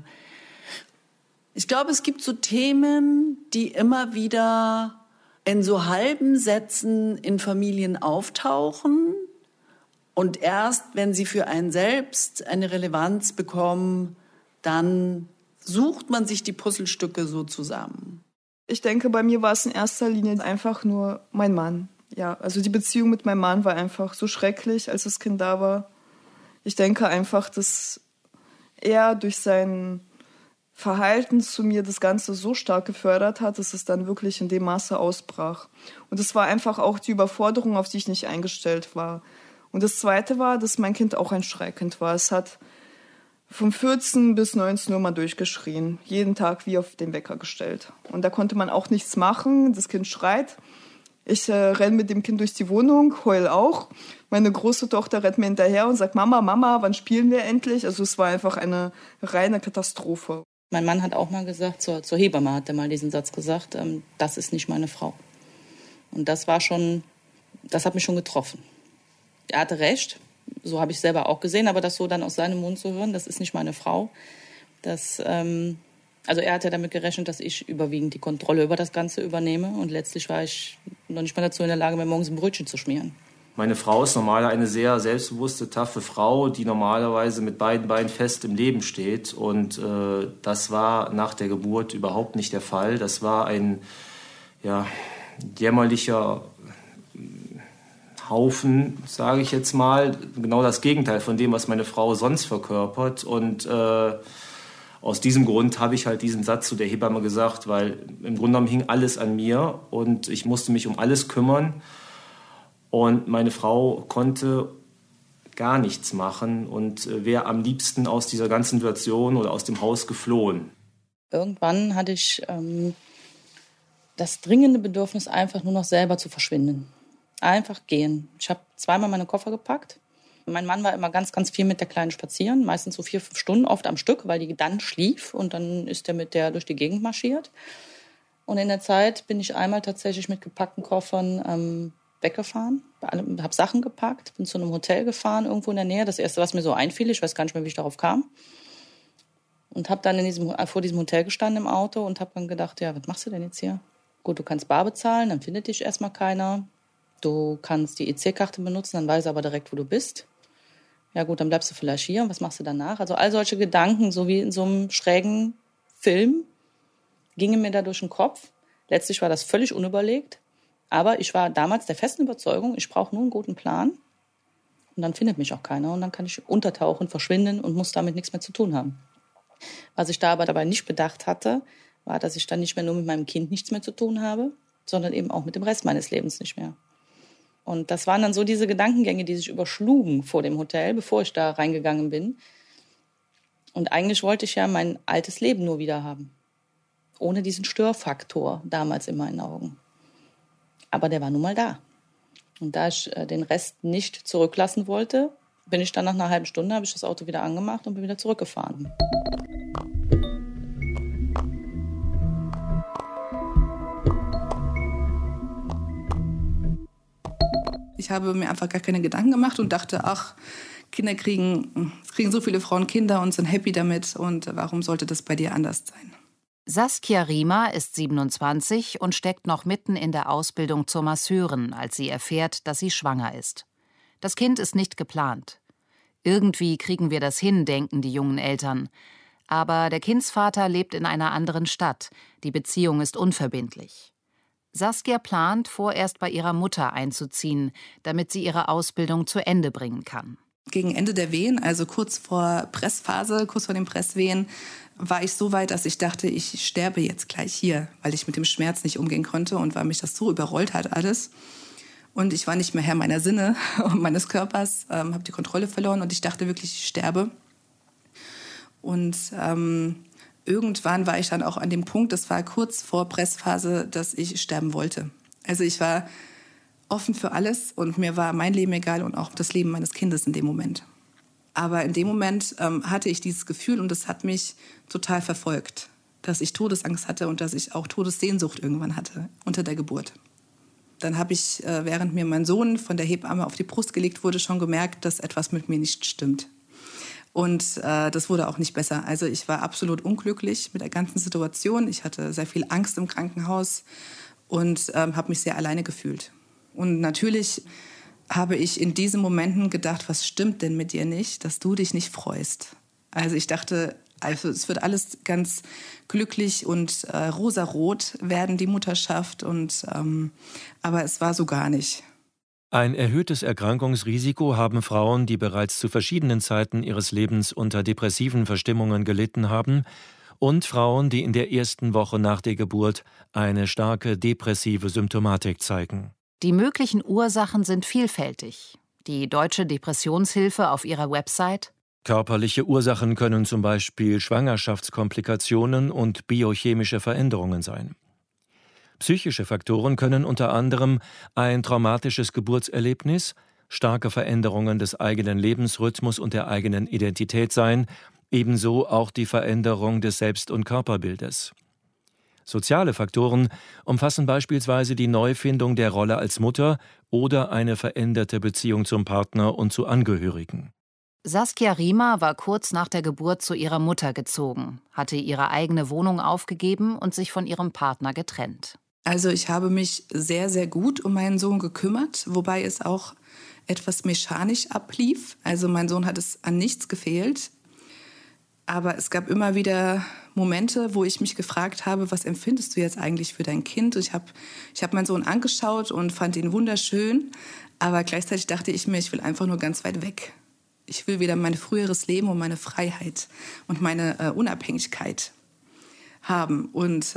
S6: Ich glaube, es gibt so Themen, die immer wieder in so halben Sätzen in Familien auftauchen. Und erst, wenn sie für einen selbst eine Relevanz bekommen, dann sucht man sich die Puzzlestücke so zusammen.
S3: Ich denke, bei mir war es in erster Linie einfach nur mein Mann. Ja, also die Beziehung mit meinem Mann war einfach so schrecklich, als das Kind da war. Ich denke einfach, dass er durch sein Verhalten zu mir das Ganze so stark gefördert hat, dass es dann wirklich in dem Maße ausbrach. Und es war einfach auch die Überforderung, auf die ich nicht eingestellt war. Und das Zweite war, dass mein Kind auch ein Schreikind war. Es hat von 14 bis 19 Uhr mal durchgeschrien. Jeden Tag wie auf den Wecker gestellt. Und da konnte man auch nichts machen. Das Kind schreit. Ich renne mit dem Kind durch die Wohnung, heul auch. Meine große Tochter rennt mir hinterher und sagt, Mama, wann spielen wir endlich? Also es war einfach eine reine Katastrophe.
S4: Mein Mann hat auch mal gesagt, zur Hebamme hat er mal diesen Satz gesagt, das ist nicht meine Frau. Und das hat mich schon getroffen. Er hatte recht, so habe ich selber auch gesehen, aber das so dann aus seinem Mund zu hören, das ist nicht meine Frau. Also er hat ja damit gerechnet, dass ich überwiegend die Kontrolle über das Ganze übernehme und letztlich war ich noch nicht mal dazu in der Lage, mir morgens ein Brötchen zu schmieren.
S9: Meine Frau ist normalerweise eine sehr selbstbewusste, taffe Frau, die normalerweise mit beiden Beinen fest im Leben steht. Und das war nach der Geburt überhaupt nicht der Fall. Das war ein jämmerlicher Haufen, sage ich jetzt mal. Genau das Gegenteil von dem, was meine Frau sonst verkörpert. Und aus diesem Grund habe ich halt diesen Satz zu der Hebamme gesagt, weil im Grunde genommen hing alles an mir und ich musste mich um alles kümmern. Und meine Frau konnte gar nichts machen und wäre am liebsten aus dieser ganzen Situation oder aus dem Haus geflohen.
S4: Irgendwann hatte ich das dringende Bedürfnis, einfach nur noch selber zu verschwinden. Einfach gehen. Ich habe 2-mal meine Koffer gepackt. Mein Mann war immer ganz, ganz viel mit der Kleinen spazieren, meistens so 4-5 Stunden, oft am Stück, weil die dann schlief und dann ist er mit der durch die Gegend marschiert. Und in der Zeit bin ich einmal tatsächlich mit gepackten Koffern weggefahren, habe Sachen gepackt, bin zu einem Hotel gefahren, irgendwo in der Nähe. Das Erste, was mir so einfiel, ich weiß gar nicht mehr, wie ich darauf kam. Und habe dann vor diesem Hotel gestanden im Auto und habe dann gedacht, ja, was machst du denn jetzt hier? Gut, du kannst bar bezahlen, dann findet dich erstmal keiner. Du kannst die EC-Karte benutzen, dann weiß er aber direkt, wo du bist. Ja gut, dann bleibst du vielleicht hier und was machst du danach? Also all solche Gedanken, so wie in so einem schrägen Film, gingen mir da durch den Kopf. Letztlich war das völlig unüberlegt. Aber ich war damals der festen Überzeugung, ich brauche nur einen guten Plan. Und dann findet mich auch keiner. Und dann kann ich untertauchen, verschwinden und muss damit nichts mehr zu tun haben. Was ich da aber dabei nicht bedacht hatte, war, dass ich dann nicht mehr nur mit meinem Kind nichts mehr zu tun habe, sondern eben auch mit dem Rest meines Lebens nicht mehr. Und das waren dann so diese Gedankengänge, die sich überschlugen vor dem Hotel, bevor ich da reingegangen bin. Und eigentlich wollte ich ja mein altes Leben nur wieder haben. Ohne diesen Störfaktor damals in meinen Augen. Aber der war nun mal da. Und da ich den Rest nicht zurücklassen wollte, bin ich dann nach einer halben Stunde, habe ich das Auto wieder angemacht und bin wieder zurückgefahren.
S2: Ich habe mir einfach gar keine Gedanken gemacht und dachte, ach, Kinder kriegen so viele Frauen Kinder und sind happy damit. Und warum sollte das bei dir anders sein?
S7: Saskia Riemer ist 27 und steckt noch mitten in der Ausbildung zur Masseurin, als sie erfährt, dass sie schwanger ist. Das Kind ist nicht geplant. Irgendwie kriegen wir das hin, denken die jungen Eltern. Aber der Kindsvater lebt in einer anderen Stadt. Die Beziehung ist unverbindlich. Saskia plant, vorerst bei ihrer Mutter einzuziehen, damit sie ihre Ausbildung zu Ende bringen kann.
S2: Gegen Ende der Wehen, also kurz vor Pressphase, kurz vor den Presswehen, war ich so weit, dass ich dachte, ich sterbe jetzt gleich hier, weil ich mit dem Schmerz nicht umgehen konnte und weil mich das so überrollt hat alles. Und ich war nicht mehr Herr meiner Sinne und meines Körpers, habe die Kontrolle verloren und ich dachte wirklich, ich sterbe. Und irgendwann war ich dann auch an dem Punkt, das war kurz vor Pressphase, dass ich sterben wollte. Also ich war offen für alles und mir war mein Leben egal und auch das Leben meines Kindes in dem Moment. Aber in dem Moment hatte ich dieses Gefühl und das hat mich total verfolgt, dass ich Todesangst hatte und dass ich auch Todessehnsucht irgendwann hatte unter der Geburt. Dann habe ich, während mir mein Sohn von der Hebamme auf die Brust gelegt wurde, schon gemerkt, dass etwas mit mir nicht stimmt. Und das wurde auch nicht besser. Also ich war absolut unglücklich mit der ganzen Situation. Ich hatte sehr viel Angst im Krankenhaus und habe mich sehr alleine gefühlt. Und natürlich habe ich in diesen Momenten gedacht, was stimmt denn mit dir nicht, dass du dich nicht freust? Also ich dachte, also es wird alles ganz glücklich und rosarot werden, die Mutterschaft. Aber es war so gar nicht.
S5: Ein erhöhtes Erkrankungsrisiko haben Frauen, die bereits zu verschiedenen Zeiten ihres Lebens unter depressiven Verstimmungen gelitten haben, und Frauen, die in der ersten Woche nach der Geburt eine starke depressive Symptomatik zeigen.
S7: Die möglichen Ursachen sind vielfältig. Die Deutsche Depressionshilfe auf ihrer Website:
S5: Körperliche Ursachen können zum Beispiel Schwangerschaftskomplikationen und biochemische Veränderungen sein. Psychische Faktoren können unter anderem ein traumatisches Geburtserlebnis, starke Veränderungen des eigenen Lebensrhythmus und der eigenen Identität sein, ebenso auch die Veränderung des Selbst- und Körperbildes. Soziale Faktoren umfassen beispielsweise die Neufindung der Rolle als Mutter oder eine veränderte Beziehung zum Partner und zu Angehörigen.
S7: Saskia Riemer war kurz nach der Geburt zu ihrer Mutter gezogen, hatte ihre eigene Wohnung aufgegeben und sich von ihrem Partner getrennt.
S2: Also ich habe mich sehr, sehr gut um meinen Sohn gekümmert, wobei es auch etwas mechanisch ablief. Also mein Sohn hat es an nichts gefehlt. Aber es gab immer wieder Momente, wo ich mich gefragt habe, was empfindest du jetzt eigentlich für dein Kind? Und ich hab meinen Sohn angeschaut und fand ihn wunderschön. Aber gleichzeitig dachte ich mir, ich will einfach nur ganz weit weg. Ich will wieder mein früheres Leben und meine Freiheit und meine Unabhängigkeit haben. Und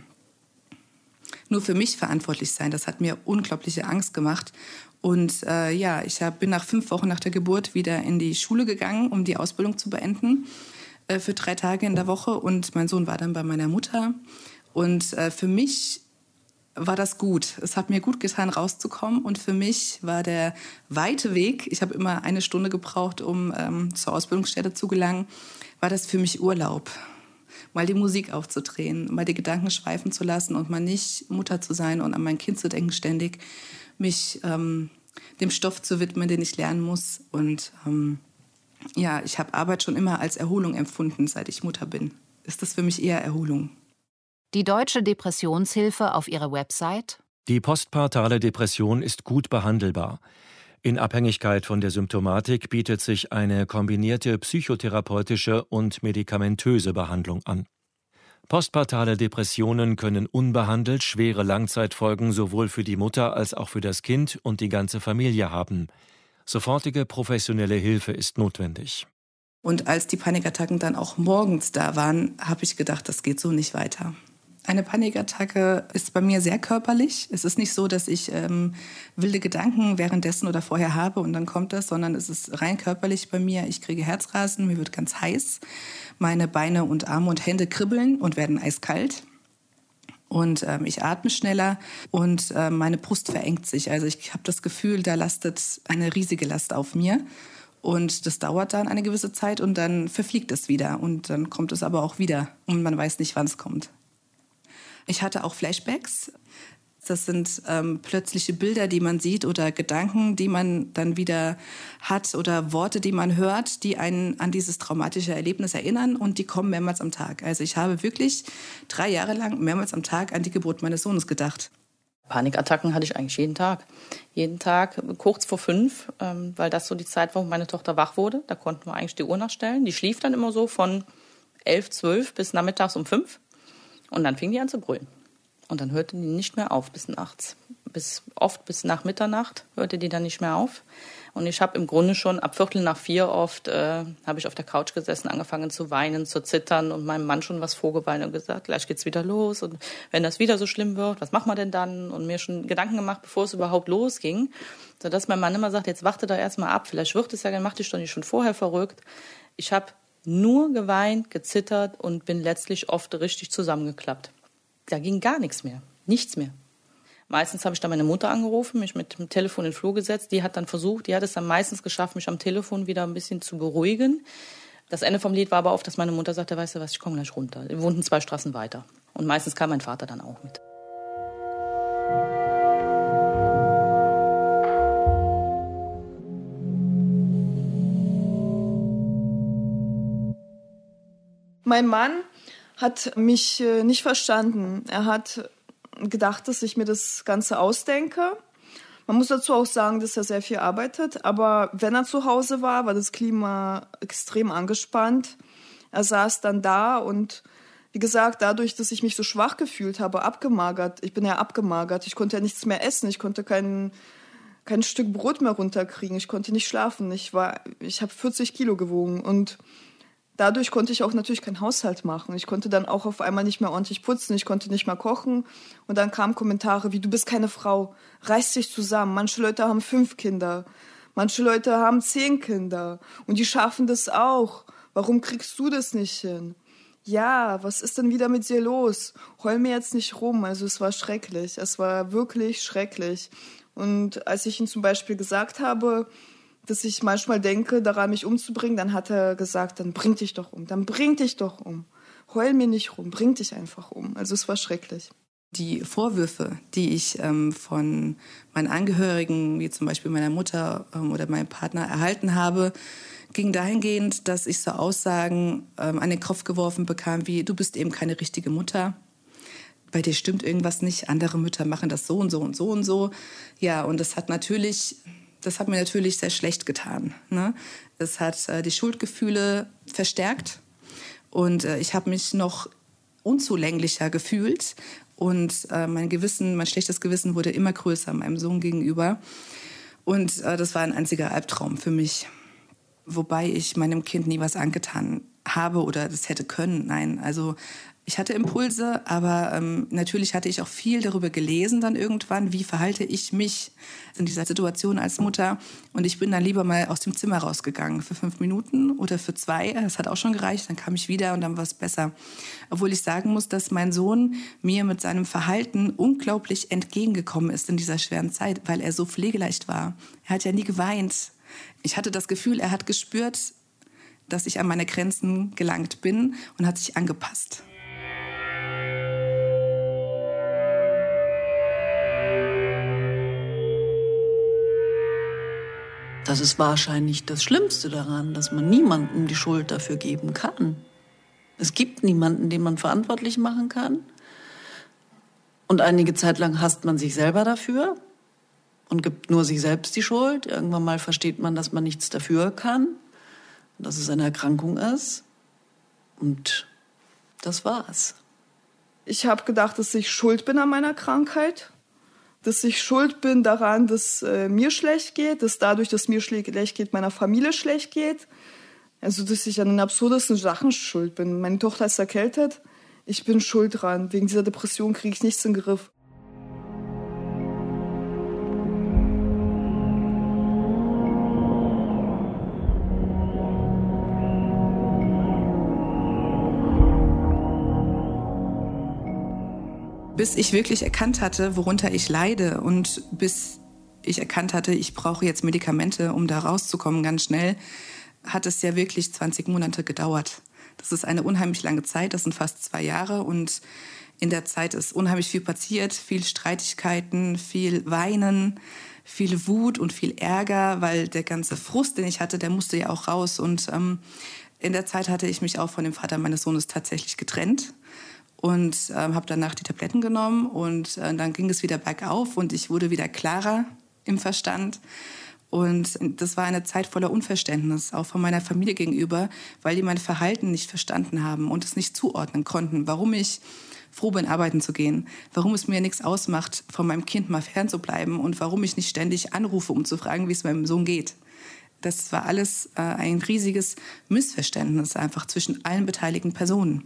S2: nur für mich verantwortlich sein. Das hat mir unglaubliche Angst gemacht. Und ich bin nach 5 Wochen nach der Geburt wieder in die Schule gegangen, um die Ausbildung zu beenden, für 3 Tage in der Woche. Und mein Sohn war dann bei meiner Mutter. Und für mich war das gut. Es hat mir gut getan, rauszukommen. Und für mich war der weite Weg, ich habe immer 1 Stunde gebraucht, um zur Ausbildungsstätte zu gelangen, war das für mich Urlaub. Mal die Musik aufzudrehen, mal die Gedanken schweifen zu lassen und mal nicht Mutter zu sein und an mein Kind zu denken ständig, mich dem Stoff zu widmen, den ich lernen muss. Und ich habe Arbeit schon immer als Erholung empfunden, seit ich Mutter bin. Ist das für mich eher Erholung.
S7: Die Deutsche Depressionshilfe auf ihrer Website:
S5: Die postpartale Depression ist gut behandelbar. In Abhängigkeit von der Symptomatik bietet sich eine kombinierte psychotherapeutische und medikamentöse Behandlung an. Postpartale Depressionen können unbehandelt schwere Langzeitfolgen sowohl für die Mutter als auch für das Kind und die ganze Familie haben. Sofortige professionelle Hilfe ist notwendig.
S2: Und als die Panikattacken dann auch morgens da waren, habe ich gedacht, das geht so nicht weiter. Eine Panikattacke ist bei mir sehr körperlich. Es ist nicht so, dass ich wilde Gedanken währenddessen oder vorher habe und dann kommt das, sondern es ist rein körperlich bei mir. Ich kriege Herzrasen, mir wird ganz heiß. Meine Beine und Arme und Hände kribbeln und werden eiskalt. Und ich atme schneller und meine Brust verengt sich. Also ich habe das Gefühl, da lastet eine riesige Last auf mir. Und das dauert dann eine gewisse Zeit und dann verfliegt es wieder. Und dann kommt es aber auch wieder und man weiß nicht, wann es kommt. Ich hatte auch Flashbacks. Das sind plötzliche Bilder, die man sieht oder Gedanken, die man dann wieder hat oder Worte, die man hört, die einen an dieses traumatische Erlebnis erinnern und die kommen mehrmals am Tag. Also ich habe wirklich 3 Jahre lang mehrmals am Tag an die Geburt meines Sohnes gedacht.
S4: Panikattacken hatte ich eigentlich jeden Tag. Jeden Tag kurz vor 5, weil das so die Zeit war, wo meine Tochter wach wurde. Da konnten wir eigentlich die Uhr nachstellen. Die schlief dann immer so von 11, 12 bis nachmittags um 5. Und dann fing die an zu brüllen. Und dann hörte die nicht mehr auf bis nachts. Oft bis nach Mitternacht hörte die dann nicht mehr auf. Und ich habe im Grunde schon ab 3:45 oft, habe ich auf der Couch gesessen, angefangen zu weinen, zu zittern und meinem Mann schon was vorgeweint und gesagt, gleich geht's wieder los. Und wenn das wieder so schlimm wird, was machen wir denn dann? Und mir schon Gedanken gemacht, bevor es überhaupt losging. Sodass mein Mann immer sagt, jetzt warte da erstmal ab. Vielleicht wird es ja, dann mach dich doch nicht schon vorher verrückt. Ich habe nur geweint, gezittert und bin letztlich oft richtig zusammengeklappt. Da ging gar nichts mehr, nichts mehr. Meistens habe ich dann meine Mutter angerufen, mich mit dem Telefon in den Flur gesetzt. Die hat es dann meistens geschafft, mich am Telefon wieder ein bisschen zu beruhigen. Das Ende vom Lied war aber oft, dass meine Mutter sagte, weißt du was, ich komme gleich runter. Wir wohnten 2 Straßen weiter. Und meistens kam mein Vater dann auch mit.
S3: Mein Mann hat mich nicht verstanden. Er hat gedacht, dass ich mir das Ganze ausdenke. Man muss dazu auch sagen, dass er sehr viel arbeitet. Aber wenn er zu Hause war das Klima extrem angespannt. Er saß dann da und wie gesagt, dadurch, dass ich mich so schwach gefühlt habe, abgemagert. Ich bin ja abgemagert. Ich konnte ja nichts mehr essen. Ich konnte kein Stück Brot mehr runterkriegen. Ich konnte nicht schlafen. Ich habe 40 Kilo gewogen und dadurch konnte ich auch natürlich keinen Haushalt machen. Ich konnte dann auch auf einmal nicht mehr ordentlich putzen, ich konnte nicht mehr kochen. Und dann kamen Kommentare wie, du bist keine Frau, reiß dich zusammen. Manche Leute haben 5 Kinder, manche Leute haben 10 Kinder und die schaffen das auch. Warum kriegst du das nicht hin? Ja, was ist denn wieder mit dir los? Heul mir jetzt nicht rum. Also es war schrecklich, es war wirklich schrecklich. Und als ich ihm zum Beispiel gesagt habe, dass ich manchmal denke, daran mich umzubringen, dann hat er gesagt, dann bring dich doch um. Heul mir nicht rum, bring dich einfach um. Also es war schrecklich.
S2: Die Vorwürfe, die ich von meinen Angehörigen, wie zum Beispiel meiner Mutter oder meinem Partner erhalten habe, ging dahingehend, dass ich so Aussagen an den Kopf geworfen bekam, wie, du bist eben keine richtige Mutter. Bei dir stimmt irgendwas nicht, andere Mütter machen das so und so und so und so. Ja, und das hat mir natürlich sehr schlecht getan. Ne? Es hat die Schuldgefühle verstärkt und ich habe mich noch unzulänglicher gefühlt und mein schlechtes Gewissen wurde immer größer meinem Sohn gegenüber und das war ein einziger Albtraum für mich. Wobei ich meinem Kind nie was angetan habe oder das hätte können. Nein, also Ich hatte Impulse, aber natürlich hatte ich auch viel darüber gelesen dann irgendwann, wie verhalte ich mich in dieser Situation als Mutter. Und ich bin dann lieber mal aus dem Zimmer rausgegangen für 5 Minuten oder für 2. Das hat auch schon gereicht. Dann kam ich wieder und dann war es besser. Obwohl ich sagen muss, dass mein Sohn mir mit seinem Verhalten unglaublich entgegengekommen ist in dieser schweren Zeit, weil er so pflegeleicht war. Er hat ja nie geweint. Ich hatte das Gefühl, er hat gespürt, dass ich an meine Grenzen gelangt bin und hat sich angepasst.
S6: Das ist wahrscheinlich das Schlimmste daran, dass man niemandem die Schuld dafür geben kann. Es gibt niemanden, den man verantwortlich machen kann. Und einige Zeit lang hasst man sich selber dafür und gibt nur sich selbst die Schuld. Irgendwann mal versteht man, dass man nichts dafür kann, dass es eine Erkrankung ist. Und das war's.
S3: Ich habe gedacht, dass ich schuld bin an meiner Krankheit. Dass ich schuld bin daran, dass mir schlecht geht, dass dadurch, dass mir schlecht geht, meiner Familie schlecht geht. Also, dass ich an den absurdesten Sachen schuld bin. Meine Tochter ist erkältet, ich bin schuld dran. Wegen dieser Depression kriege ich nichts in den Griff.
S2: Bis ich wirklich erkannt hatte, worunter ich leide und bis ich erkannt hatte, ich brauche jetzt Medikamente, um da rauszukommen ganz schnell, hat es ja wirklich 20 Monate gedauert. Das ist eine unheimlich lange Zeit, das sind fast 2 Jahre und in der Zeit ist unheimlich viel passiert, viel Streitigkeiten, viel Weinen, viel Wut und viel Ärger, weil der ganze Frust, den ich hatte, der musste ja auch raus und in der Zeit hatte ich mich auch von dem Vater meines Sohnes tatsächlich getrennt. Und habe danach die Tabletten genommen und dann ging es wieder bergauf und ich wurde wieder klarer im Verstand. Und das war eine Zeit voller Unverständnis, auch von meiner Familie gegenüber, weil die mein Verhalten nicht verstanden haben und es nicht zuordnen konnten, warum ich froh bin, arbeiten zu gehen, warum es mir nichts ausmacht, von meinem Kind mal fernzubleiben und warum ich nicht ständig anrufe, um zu fragen, wie es meinem Sohn geht. Das war alles ein riesiges Missverständnis einfach zwischen allen beteiligten Personen.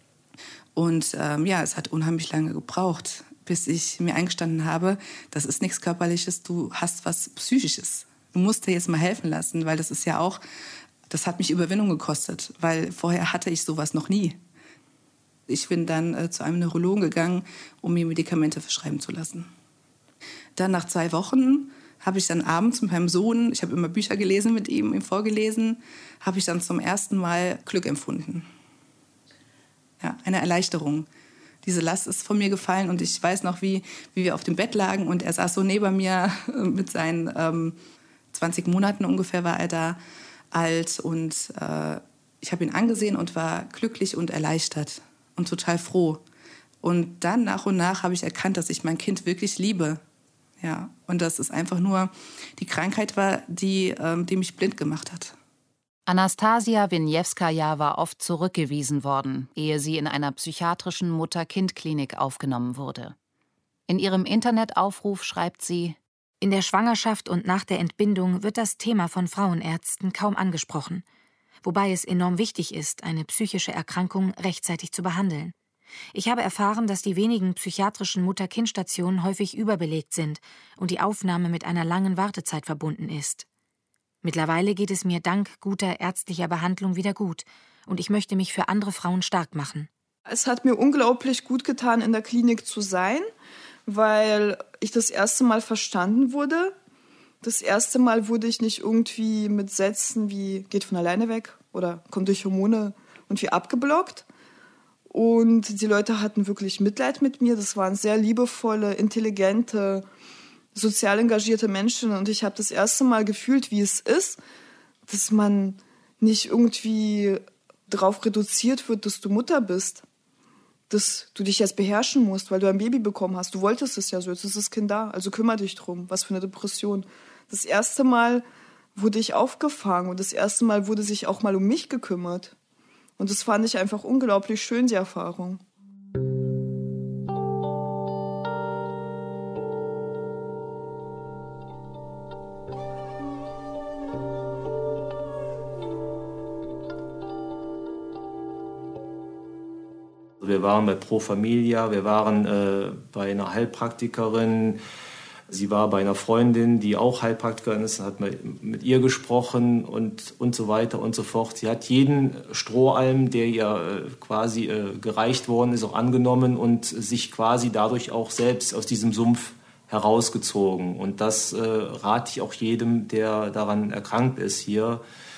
S2: Und es hat unheimlich lange gebraucht, bis ich mir eingestanden habe, das ist nichts Körperliches, du hast was Psychisches. Du musst dir jetzt mal helfen lassen, weil das ist ja auch, das hat mich Überwindung gekostet, weil vorher hatte ich sowas noch nie. Ich bin dann zu einem Neurologen gegangen, um mir Medikamente verschreiben zu lassen. Dann nach 2 Wochen habe ich dann abends mit meinem Sohn, ich habe immer Bücher gelesen mit ihm vorgelesen, habe ich dann zum ersten Mal Glück empfunden. Ja, eine Erleichterung. Diese Last ist von mir gefallen und ich weiß noch, wie wir auf dem Bett lagen und er saß so neben mir mit seinen 20 Monaten ungefähr war er da alt und ich habe ihn angesehen und war glücklich und erleichtert und total froh. Und dann nach und nach habe ich erkannt, dass ich mein Kind wirklich liebe. Ja, und dass es einfach nur die Krankheit war, die mich blind gemacht hat.
S7: Anastasia Winjewskaja war oft zurückgewiesen worden, ehe sie in einer psychiatrischen Mutter-Kind-Klinik aufgenommen wurde. In ihrem Internetaufruf schreibt sie:
S8: In der Schwangerschaft und nach der Entbindung wird das Thema von Frauenärzten kaum angesprochen, wobei es enorm wichtig ist, eine psychische Erkrankung rechtzeitig zu behandeln. Ich habe erfahren, dass die wenigen psychiatrischen Mutter-Kind-Stationen häufig überbelegt sind und die Aufnahme mit einer langen Wartezeit verbunden ist. Mittlerweile geht es mir dank guter ärztlicher Behandlung wieder gut und ich möchte mich für andere Frauen stark machen.
S3: Es hat mir unglaublich gut getan, in der Klinik zu sein, weil ich das erste Mal verstanden wurde. Das erste Mal wurde ich nicht irgendwie mit Sätzen wie geht von alleine weg oder kommt durch Hormone irgendwie abgeblockt. Und die Leute hatten wirklich Mitleid mit mir. Das waren sehr liebevolle, intelligente, sozial engagierte Menschen. Und ich habe das erste Mal gefühlt, wie es ist, dass man nicht irgendwie darauf reduziert wird, dass du Mutter bist. Dass du dich jetzt beherrschen musst, weil du ein Baby bekommen hast. Du wolltest es ja so, jetzt ist das Kind da, also kümmere dich drum. Was für eine Depression. Das erste Mal wurde ich aufgefangen und das erste Mal wurde sich auch mal um mich gekümmert. Und das fand ich einfach unglaublich schön, die Erfahrung.
S9: Wir waren bei Pro Familia, wir waren bei einer Heilpraktikerin. Sie war bei einer Freundin, die auch Heilpraktikerin ist, hat mit ihr gesprochen und so weiter und so fort. Sie hat jeden Strohhalm, der ihr quasi gereicht worden ist, auch angenommen und sich quasi dadurch auch selbst aus diesem Sumpf herausgezogen. Und das rate ich auch jedem, der daran erkrankt ist, hier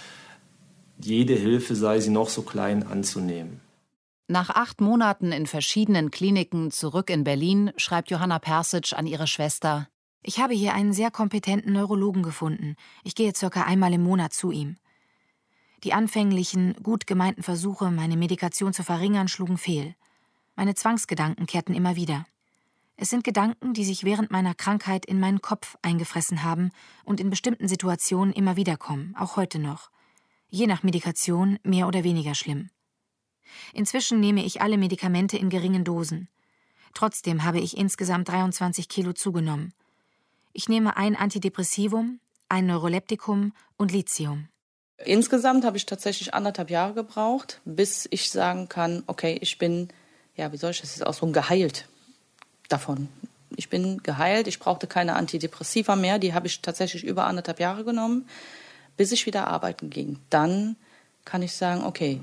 S9: jede Hilfe, sei sie noch so klein, anzunehmen.
S7: Nach 8 Monaten in verschiedenen Kliniken zurück in Berlin schreibt Johanna Persic an ihre Schwester:
S8: Ich habe hier einen sehr kompetenten Neurologen gefunden. Ich gehe ca. einmal im Monat zu ihm. Die anfänglichen, gut gemeinten Versuche, meine Medikation zu verringern, schlugen fehl. Meine Zwangsgedanken kehrten immer wieder. Es sind Gedanken, die sich während meiner Krankheit in meinen Kopf eingefressen haben und in bestimmten Situationen immer wieder kommen, auch heute noch. Je nach Medikation mehr oder weniger schlimm. Inzwischen nehme ich alle Medikamente in geringen Dosen. Trotzdem habe ich insgesamt 23 Kilo zugenommen. Ich nehme ein Antidepressivum, ein Neuroleptikum und Lithium.
S4: Insgesamt habe ich tatsächlich 1,5 Jahre gebraucht, bis ich sagen kann, okay, ich bin, wie soll ich das jetzt ausdrücken, geheilt davon. Ich bin geheilt, ich brauchte keine Antidepressiva mehr, die habe ich tatsächlich über 1,5 Jahre genommen, bis ich wieder arbeiten ging. Dann kann ich sagen, okay,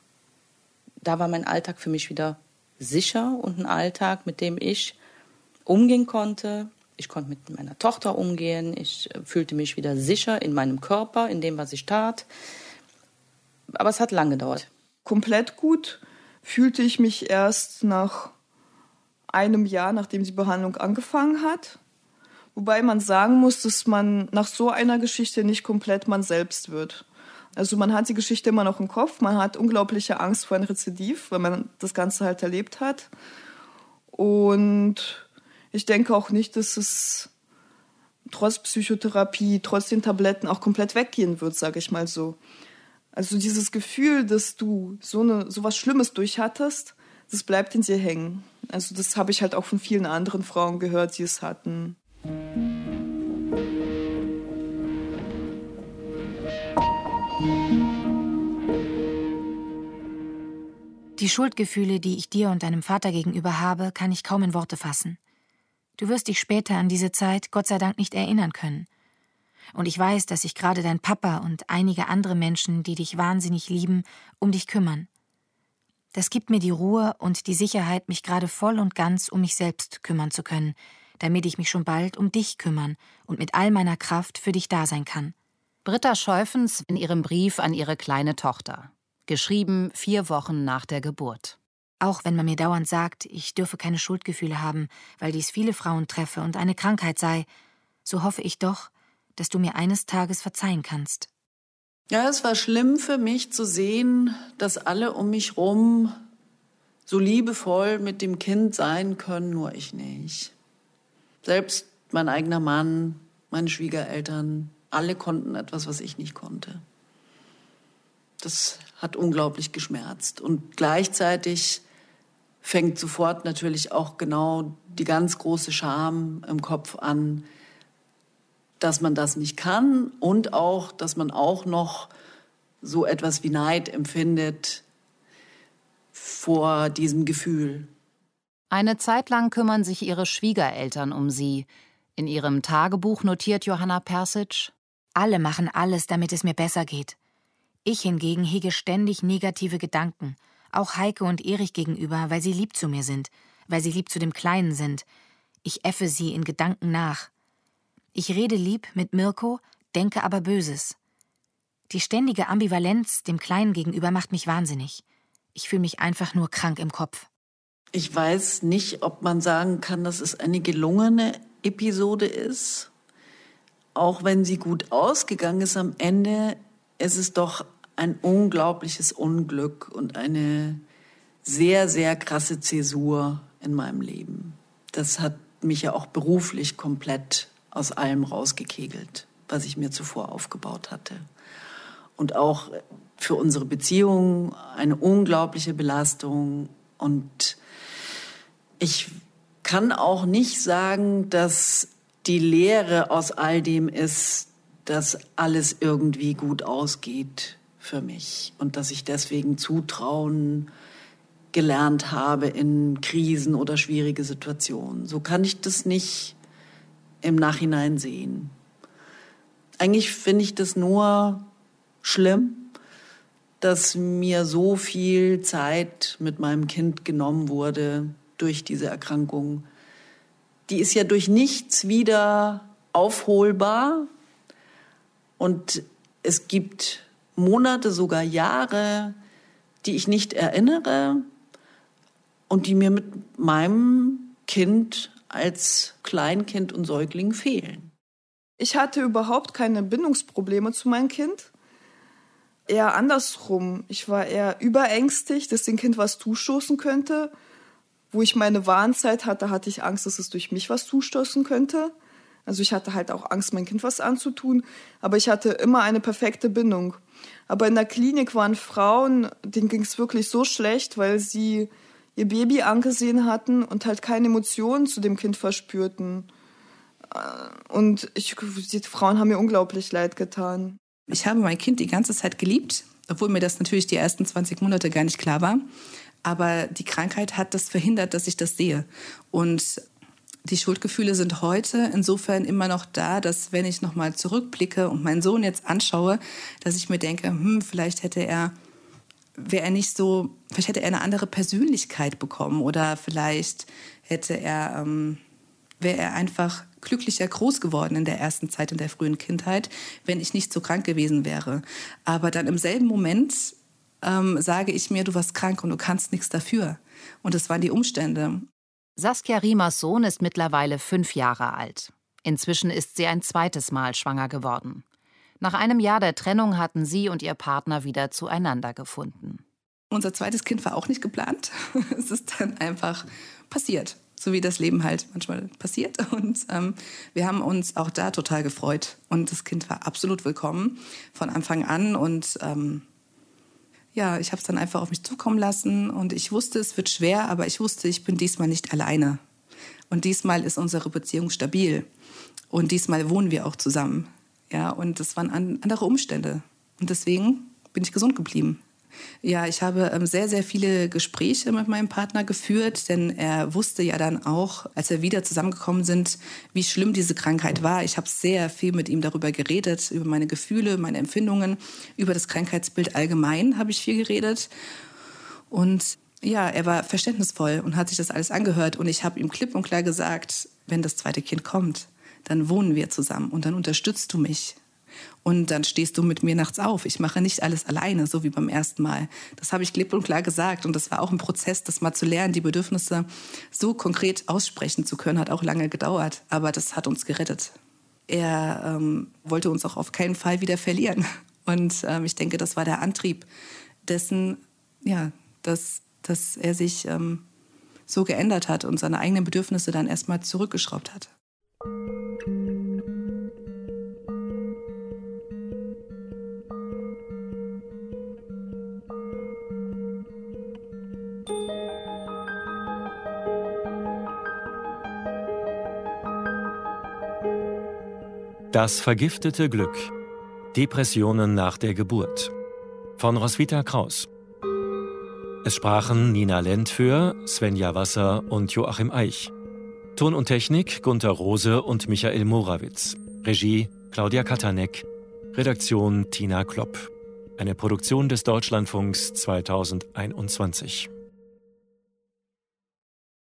S4: da war mein Alltag für mich wieder sicher und ein Alltag, mit dem ich umgehen konnte. Ich konnte mit meiner Tochter umgehen, ich fühlte mich wieder sicher in meinem Körper, in dem, was ich tat. Aber es hat lange gedauert.
S3: Komplett gut fühlte ich mich erst nach einem Jahr, nachdem die Behandlung angefangen hat. Wobei man sagen muss, dass man nach so einer Geschichte nicht komplett man selbst wird. Also man hat die Geschichte immer noch im Kopf, man hat unglaubliche Angst vor einem Rezidiv, weil man das Ganze halt erlebt hat. Und ich denke auch nicht, dass es trotz Psychotherapie, trotz den Tabletten auch komplett weggehen wird, sage ich mal so. Also dieses Gefühl, dass du so was Schlimmes durchhattest, das bleibt in dir hängen. Also das habe ich halt auch von vielen anderen Frauen gehört, die es hatten.
S8: Die Schuldgefühle, die ich dir und deinem Vater gegenüber habe, kann ich kaum in Worte fassen. Du wirst dich später an diese Zeit Gott sei Dank nicht erinnern können. Und ich weiß, dass sich gerade dein Papa und einige andere Menschen, die dich wahnsinnig lieben, um dich kümmern. Das gibt mir die Ruhe und die Sicherheit, mich gerade voll und ganz um mich selbst kümmern zu können, damit ich mich schon bald um dich kümmern und mit all meiner Kraft für dich da sein kann.
S7: Britta Scheufens in ihrem Brief an ihre kleine Tochter. Geschrieben 4 Wochen nach der Geburt.
S8: Auch wenn man mir dauernd sagt, ich dürfe keine Schuldgefühle haben, weil dies viele Frauen treffe und eine Krankheit sei, so hoffe ich doch, dass du mir eines Tages verzeihen kannst.
S6: Ja, es war schlimm für mich zu sehen, dass alle um mich rum so liebevoll mit dem Kind sein können, nur ich nicht. Selbst mein eigener Mann, meine Schwiegereltern, alle konnten etwas, was ich nicht konnte. Das hat unglaublich geschmerzt. Und gleichzeitig fängt sofort natürlich auch genau die ganz große Scham im Kopf an, dass man das nicht kann und auch, dass man auch noch so etwas wie Neid empfindet vor diesem Gefühl.
S7: Eine Zeit lang kümmern sich ihre Schwiegereltern um sie. In ihrem Tagebuch notiert Johanna Persic:
S8: Alle machen alles, damit es mir besser geht. Ich hingegen hege ständig negative Gedanken, auch Heike und Erich gegenüber, weil sie lieb zu mir sind, weil sie lieb zu dem Kleinen sind. Ich äffe sie in Gedanken nach. Ich rede lieb mit Mirko, denke aber Böses. Die ständige Ambivalenz dem Kleinen gegenüber macht mich wahnsinnig. Ich fühle mich einfach nur krank im Kopf.
S6: Ich weiß nicht, ob man sagen kann, dass es eine gelungene Episode ist. Auch wenn sie gut ausgegangen ist am Ende, ist es doch ein unglaubliches Unglück und eine sehr, sehr krasse Zäsur in meinem Leben. Das hat mich ja auch beruflich komplett aus allem rausgekegelt, was ich mir zuvor aufgebaut hatte. Und auch für unsere Beziehung eine unglaubliche Belastung. Und ich kann auch nicht sagen, dass die Lehre aus all dem ist, dass alles irgendwie gut ausgeht für mich und dass ich deswegen Zutrauen, gelernt habe in Krisen oder schwierige Situationen. So kann ich das nicht im Nachhinein sehen. Eigentlich finde ich das nur schlimm, dass mir so viel Zeit mit meinem Kind genommen wurde durch diese Erkrankung. Die ist ja durch nichts wieder aufholbar. Und es gibt Monate, sogar Jahre, die ich nicht erinnere und die mir mit meinem Kind als Kleinkind und Säugling fehlen.
S3: Ich hatte überhaupt keine Bindungsprobleme zu meinem Kind. Eher andersrum. Ich war eher überängstigt, dass dem Kind was zustoßen könnte. Wo ich meine Warnzeit hatte, hatte ich Angst, dass es durch mich was zustoßen könnte. Also ich hatte halt auch Angst, mein Kind was anzutun. Aber ich hatte immer eine perfekte Bindung. Aber in der Klinik waren Frauen, denen ging es wirklich so schlecht, weil sie ihr Baby angesehen hatten und halt keine Emotionen zu dem Kind verspürten. Und die Frauen haben mir unglaublich leid getan.
S2: Ich habe mein Kind die ganze Zeit geliebt, obwohl mir das natürlich die ersten 20 Monate gar nicht klar war. Aber die Krankheit hat das verhindert, dass ich das sehe. Und die Schuldgefühle sind heute insofern immer noch da, dass wenn ich nochmal zurückblicke und meinen Sohn jetzt anschaue, dass ich mir denke, vielleicht hätte er eine andere Persönlichkeit bekommen oder vielleicht wäre er einfach glücklicher groß geworden in der ersten Zeit, in der frühen Kindheit, wenn ich nicht so krank gewesen wäre. Aber dann im selben Moment sage ich mir, du warst krank und du kannst nichts dafür. Und das waren die Umstände.
S7: Saskia Riemers Sohn ist mittlerweile 5 Jahre alt. Inzwischen ist sie ein zweites Mal schwanger geworden. Nach einem Jahr der Trennung hatten sie und ihr Partner wieder zueinander gefunden.
S2: Unser zweites Kind war auch nicht geplant. Es ist dann einfach passiert, so wie das Leben halt manchmal passiert. Und wir haben uns auch da total gefreut. Und das Kind war absolut willkommen von Anfang an. Und ich habe es dann einfach auf mich zukommen lassen. Und ich wusste, es wird schwer, aber ich wusste, ich bin diesmal nicht alleine. Und diesmal ist unsere Beziehung stabil. Und diesmal wohnen wir auch zusammen. Ja, und das waren andere Umstände. Und deswegen bin ich gesund geblieben. Ja, ich habe sehr, sehr viele Gespräche mit meinem Partner geführt, denn er wusste ja dann auch, als wir wieder zusammengekommen sind, wie schlimm diese Krankheit war. Ich habe sehr viel mit ihm darüber geredet, über meine Gefühle, meine Empfindungen, über das Krankheitsbild allgemein habe ich viel geredet. Und ja, er war verständnisvoll und hat sich das alles angehört. Und ich habe ihm klipp und klar gesagt, wenn das zweite Kind kommt, dann wohnen wir zusammen und dann unterstützt du mich. Und dann stehst du mit mir nachts auf. Ich mache nicht alles alleine, so wie beim ersten Mal. Das habe ich klipp und klar gesagt. Und das war auch ein Prozess, das mal zu lernen, die Bedürfnisse so konkret aussprechen zu können, hat auch lange gedauert. Aber das hat uns gerettet. Er wollte uns auch auf keinen Fall wieder verlieren. Und ich denke, das war der Antrieb dessen, ja, dass er sich so geändert hat und seine eigenen Bedürfnisse dann erstmal zurückgeschraubt hat.
S5: Das vergiftete Glück. Depressionen nach der Geburt. Von Roswitha Kraus. Es sprachen Nina Lentföhr, Svenja Wasser und Joachim Eich. Ton und Technik Gunter Rose und Michael Morawitz. Regie Claudia Katanek. Redaktion Tina Klopp. Eine Produktion des Deutschlandfunks 2021.